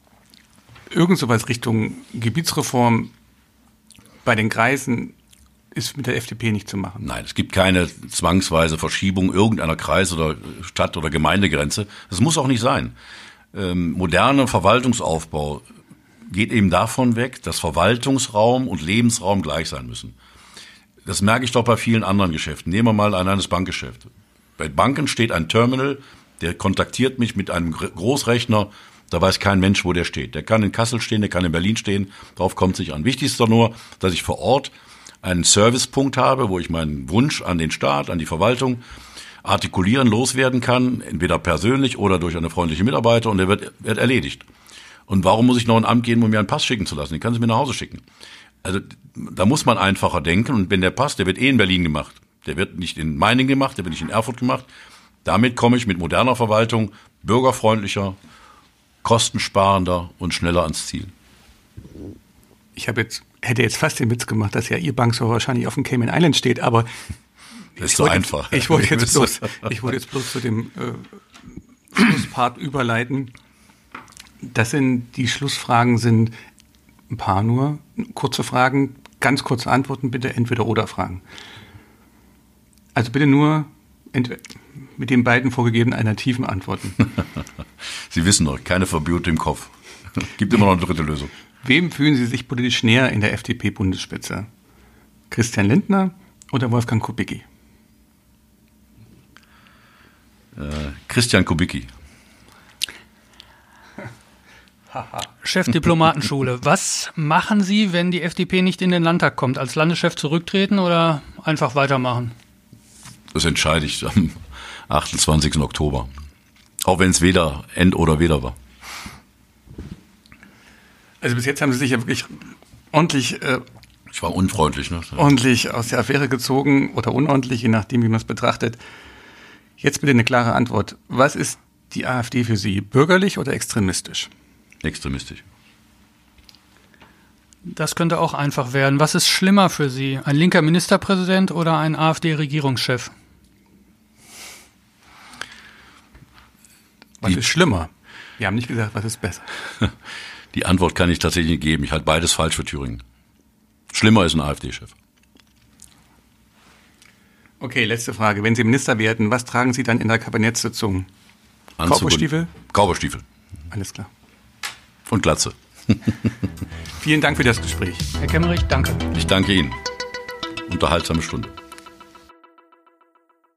irgend sowas Richtung Gebietsreform bei den Kreisen ist mit der F D P nicht zu machen. Nein, es gibt keine zwangsweise Verschiebung irgendeiner Kreis- oder Stadt- oder Gemeindegrenze. Das muss auch nicht sein. Ähm, moderner Verwaltungsaufbau geht eben davon weg, dass Verwaltungsraum und Lebensraum gleich sein müssen. Das merke ich doch bei vielen anderen Geschäften. Nehmen wir mal ein reines Bankgeschäft. Bei Banken steht ein Terminal, der kontaktiert mich mit einem Großrechner, da weiß kein Mensch, wo der steht. Der kann in Kassel stehen, der kann in Berlin stehen, darauf kommt es nicht an. Wichtig ist doch nur, dass ich vor Ort einen Servicepunkt habe, wo ich meinen Wunsch an den Staat, an die Verwaltung artikulieren, loswerden kann, entweder persönlich oder durch eine freundliche Mitarbeiter, und der wird, wird erledigt. Und warum muss ich noch in ein Amt gehen, um mir einen Pass schicken zu lassen? Den kann sie mir nach Hause schicken. Also da muss man einfacher denken, und wenn der Pass, der wird eh in Berlin gemacht. Der wird nicht in Meiningen gemacht, der wird nicht in Erfurt gemacht. Damit komme ich mit moderner Verwaltung bürgerfreundlicher, kostensparender und schneller ans Ziel. Ich habe jetzt, hätte jetzt fast den Witz gemacht, dass ja Ihr Bank so wahrscheinlich auf dem Cayman Island steht, aber das ist so einfach. Jetzt, ich wollte jetzt bloß, ich wollte jetzt bloß zu dem äh, Schlusspart überleiten. Das sind, die Schlussfragen sind ein paar nur, kurze Fragen, ganz kurze Antworten bitte, Entweder-Oder-Fragen. Also bitte nur mit den beiden vorgegebenen alternativen Antworten. Sie wissen doch, keine Verbote im Kopf. Gibt immer noch eine dritte Lösung. Wem fühlen Sie sich politisch näher in der F D P-Bundesspitze? Christian Lindner oder Wolfgang Kubicki? Äh, Christian Kubicki. Chefdiplomatenschule. Was machen Sie, wenn die F D P nicht in den Landtag kommt? Als Landeschef zurücktreten oder einfach weitermachen? Das entscheide ich am achtundzwanzigsten Oktober. Auch wenn es weder End oder Weder war. Also bis jetzt haben Sie sich ja wirklich ordentlich, äh, ich war unfreundlich, ne? ordentlich aus der Affäre gezogen oder unordentlich, je nachdem, wie man es betrachtet. Jetzt bitte eine klare Antwort. Was ist die AfD für Sie? Bürgerlich oder extremistisch? Extremistisch. Das könnte auch einfach werden. Was ist schlimmer für Sie? Ein linker Ministerpräsident oder ein AfD-Regierungschef? Was die, ist schlimmer? Wir haben nicht gesagt, was ist besser. Die Antwort kann ich tatsächlich nicht geben. Ich halte beides falsch für Thüringen. Schlimmer ist ein AfD-Chef. Okay, letzte Frage. Wenn Sie Minister werden, was tragen Sie dann in der Kabinettssitzung? Cowboystiefel? Cowboystiefel. Alles klar. Und Glatze. Vielen Dank für das Gespräch. Herr Kemmerich, danke. Ich danke Ihnen. Unterhaltsame Stunde.